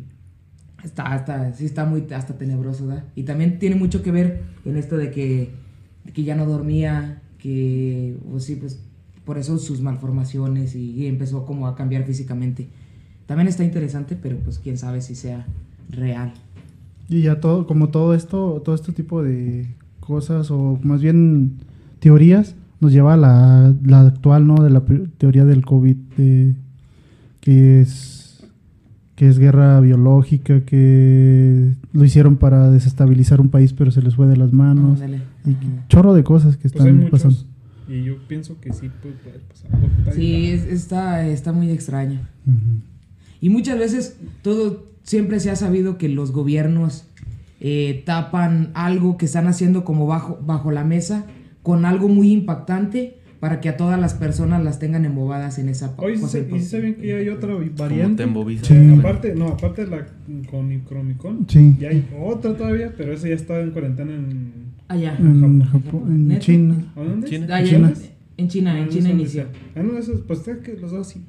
está muy hasta tenebroso, ¿verdad? Y también tiene mucho que ver en esto de que ya no dormía, pues sí, pues por eso sus malformaciones y empezó como a cambiar físicamente. También está interesante, pero pues quién sabe si sea real. Y ya todo este tipo de cosas, o más bien teorías, nos lleva a la actual, ¿no? De la teoría del COVID, que es guerra biológica, que lo hicieron para desestabilizar un país, pero se les fue de las manos. Ándale. Y Ajá. chorro de cosas que Pues hay están pasando. muchos. Y yo pienso que sí puede pasar. Porque está Sí, bien. está muy extraño. Ujú. Y muchas veces siempre se ha sabido que los gobiernos tapan algo que están haciendo como bajo la mesa con algo muy impactante para que a todas las personas las tengan embobadas en esa Oye, cosa. ¿y sí saben que ya hay otra Como te variante? embobizas. Sí. Aparte de la Chronicon, Sí. ya hay otra todavía, pero esa ya está en cuarentena en... Allá. En Japón, en ¿Neta? China. ¿A dónde? China. Allá China. En China Ah, no sé inició. dónde sea. Ah, no, eso, pues está que los dos sí.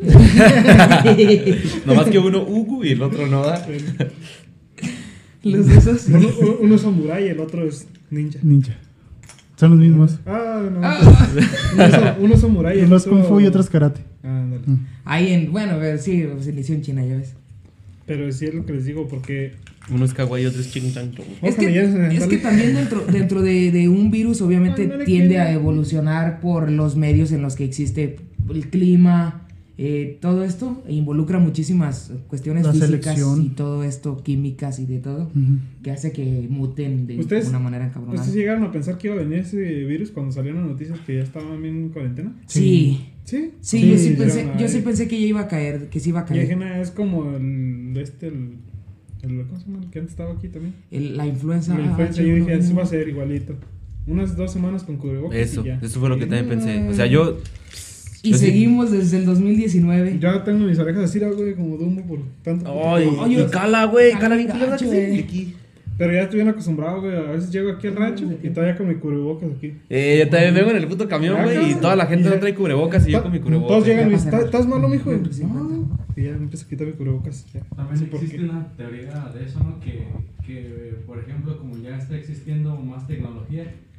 Nomás que uno Hugo y el otro no da. Los de esos. Uno es samurai y el otro es ninja. Ninja. Son los mismos. Ah, no. Uno es samurai y el Uno es otro... Kung Fu y otro es Karate. Ah, ándale. Bueno, sí, se inició en China, ya ves. Pero sí es lo que les digo, porque... Uno es kawaii y otro es ching chang chong. Es Ojalá ya se me que sale. también dentro de un virus obviamente Ándale, tiende que- a evolucionar por los medios en los que existe el clima, todo esto involucra muchísimas cuestiones La físicas selección. y todo esto, químicas y de todo, Ujú. que hace que muten de ¿Ustedes- una manera encabronada. ¿Ustedes llegaron a pensar que iba a venir ese virus cuando salieron las noticias que ya estaban bien en cuarentena? Sí, ¿Sí? sí, Sí, yo sí pensé que ya iba a caer, que sí iba a Y caer. ajena es como el ¿cómo se llama? El que antes estaba aquí también. La influenza. La influenza, yo dije, H1N1. así va a ser igualito. Unas 2 semanas con cubrebocas Eso, y ya. eso fue lo que Y también no, pensé. O sea, yo Y Yo sí- seguimos desde el 2019. Ya tengo mis orejas así, güey, como Dumbo por tanto. Ay, Oye, y cala, güey, cala cala bien bien culero, gacho, que sí, güey. aquí. Pero ya estoy bien acostumbrado, güey. A veces llego aquí al rancho y todavía con mi cubrebocas aquí. Yo también vengo en el puto camión, güey, y toda la gente no trae cubrebocas y yo con mi cubrebocas. Todos llegan y me Ya dicen, pasa ¿estás malo, mijo? Siempre sí, No. Y ya me empiezo a quitar mi cubrebocas. Ya. No También sé por existe qué. una teoría de eso, ¿no? Que, por ejemplo, como ya está existiendo más tecnología,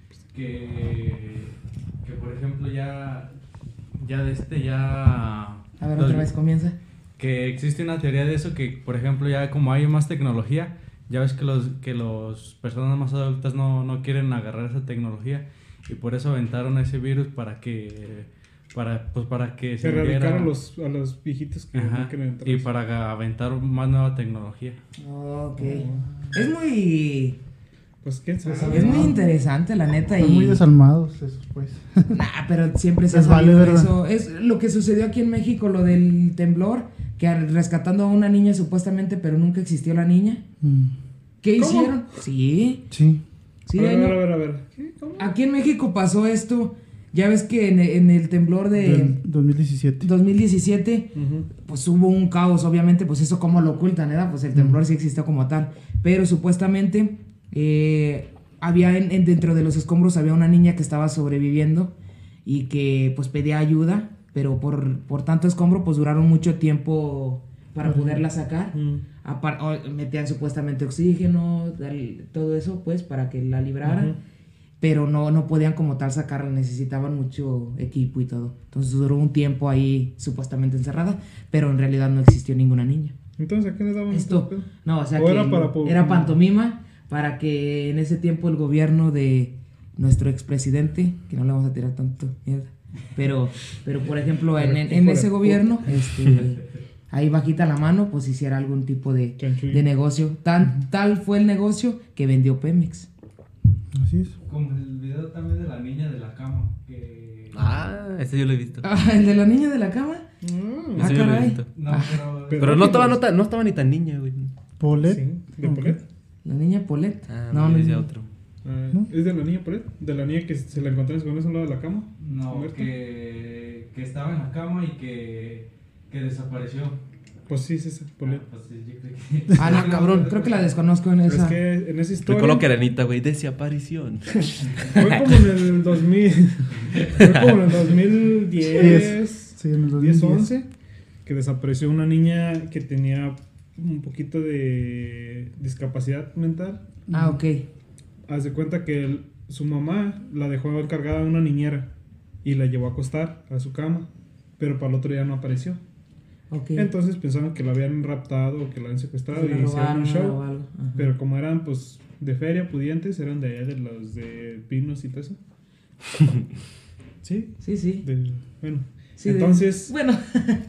que por ejemplo, ya A ver, otra vez comienza. que existe una teoría de eso, que por ejemplo ya como hay más tecnología, ya ves que los personas más adultas no quieren agarrar esa tecnología y por eso aventaron ese virus para que se Se erradicaron muriera. a los viejitos que Ajá, no quieren entrar. y para aventar más nueva tecnología. Ok. Es muy. Pues quién sabe. Es muy interesante, la neta. Están Y... muy desalmados esos, pues. Nah, pero siempre se ha Les vale, sabido ¿verdad? eso. Es lo que sucedió aquí en México, lo del temblor, que rescatando a una niña supuestamente, pero nunca existió la niña. ¿Qué ¿Cómo? hicieron? Sí. Sí. Sí, a ahí no- ver. ¿Qué? ¿Cómo? Aquí en México pasó esto Ya ves que en el temblor Del 2017. 2017, pues hubo un caos, obviamente, pues eso cómo lo ocultan, ¿verdad? Pues el temblor sí existió como tal, pero supuestamente había dentro de los escombros había una niña que estaba sobreviviendo y que pues pedía ayuda, pero por tanto escombro pues duraron mucho tiempo para poderla sacar. Metían supuestamente oxígeno, todo eso pues para que la libraran. Pero no podían como tal sacarla, necesitaban mucho equipo y todo. Entonces duró un tiempo ahí supuestamente encerrada, pero en realidad no existió ninguna niña. Entonces, ¿a qué le daban esto? No, o sea, ¿O que era pantomima para que en ese tiempo el gobierno de nuestro expresidente, que no le vamos a tirar tanto mierda, pero por ejemplo en ese gobierno, ahí bajita la mano, pues hiciera algún tipo de negocio. Tal fue el negocio que vendió Pemex. Así es. Como el video también de la niña de la cama. Que... Ese yo lo he visto. ¿El de la niña de la cama? Ese yo lo he visto. No, Pero no estaba ni tan niña, güey. Polet. Sí, ¿de Polet? La niña Polet. No, decía otro. ¿No? ¿Es de la niña Polet? ¿De la niña que se la encontró en su lado de la cama? No, que estaba en la cama y que desapareció. Pues sí, es esa, Polet. Pues sí, yo creo que... No, cabrón, creo que la desconozco en esa. Es que en esa historia... Recuerdo que Arenita, güey, desaparición. Fue como en el 2000... Fue como en el 2010... Sí, en el 2010. 10-11, que desapareció una niña que tenía un poquito de discapacidad mental. Ok. Haz de cuenta que su mamá la dejó encargada de una niñera y la llevó a acostar a su cama, pero para el otro día no apareció. Okay. Entonces pensaron que la habían raptado o que la habían secuestrado Se la y hicieron un robaron show. o algo. Ajá. Pero como eran pues de feria, pudientes, eran de allá de los de Pinos y todo eso. Sí. Sí. Bueno. Sí, Entonces, bueno.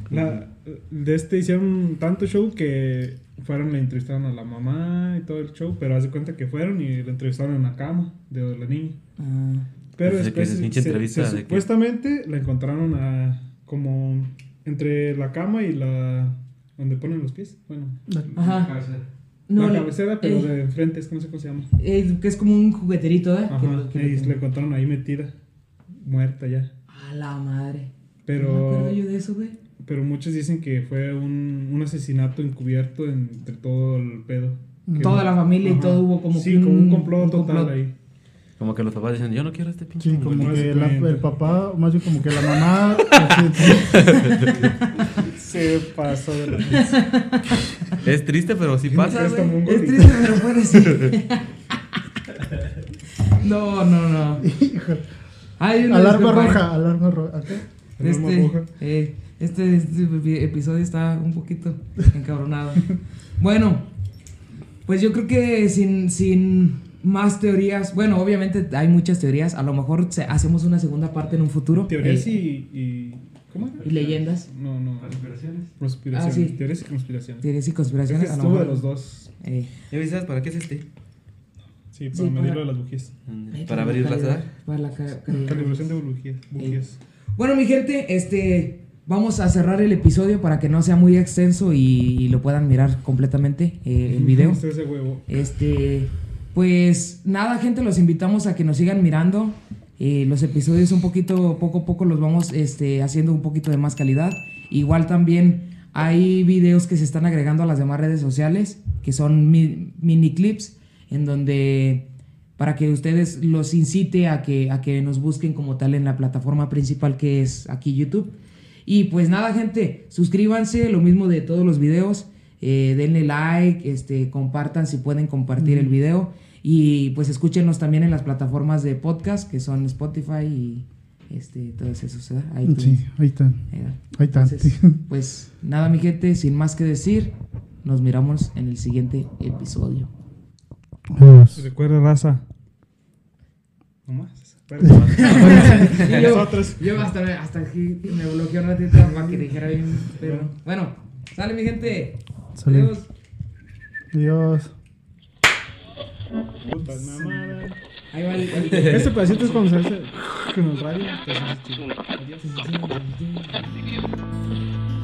Hicieron tanto show que fueron, le entrevistaron a la mamá y todo el show, pero haz de cuenta que fueron y la entrevistaron en la cama de la niña. Pero después supuestamente la encontraron como entre la cama y la donde ponen los pies. Bueno, Ajá. La cabecera, pero de enfrente, es que no sé cómo se llama. Que es como un jugueterito, ¿eh? Ajá, y la encontraron ahí metida, muerta ya. A la madre. Pero, no me acuerdo yo de eso, güey. Pero muchos dicen que fue un asesinato encubierto entre todo el pedo. Toda la familia y todo hubo como como un complot total ahí. Como que los papás dicen, yo no quiero a este pinche. Sí, como que el papá, más bien como que la mamá. Se pasó de la... Es triste, pero sí pasa, güey. Es triste, pero puede ser. No. Alarma roja. Este episodio está un poquito encabronado. Bueno, pues yo creo que sin más teorías. Bueno, obviamente hay muchas teorías. A lo mejor hacemos una segunda parte en un futuro. Teorías y ¿cómo era? Y leyendas. No. Conspiraciones. Sí. Teorías y conspiraciones. Teorías y conspiraciones. Este estuvo de los dos. ¿Ya sabes para qué es este? Sí, para medirlo de las bujías. Para abrirlas, ¿verdad? Para la calibración de bujías. Bueno, mi gente, vamos a cerrar el episodio para que no sea muy extenso y lo puedan mirar completamente el video. Ese huevo. Pues nada, gente, los invitamos a que nos sigan mirando. Los episodios poco a poco los vamos haciendo un poquito de más calidad. Igual también hay videos que se están agregando a las demás redes sociales, que son mini clips, en donde para que ustedes los incite a que nos busquen como tal en la plataforma principal que es aquí YouTube. Y pues nada, gente, suscríbanse, lo mismo de todos los videos, denle like, compartan si pueden compartir el video. Y pues escúchenos también en las plataformas de podcast, que son Spotify y todos esos, ¿verdad? Sí, ahí están. Entonces, pues nada, mi gente, sin más que decir, nos miramos en el siguiente episodio. Recuerda, raza. No más. Yo hasta aquí me bloqueó un ratito para que dijera bien, pero bueno, sale mi gente. Sale. Adiós. Puta mamada. Ahí va Este pedacito es cuando se hace con el radio. Adiós.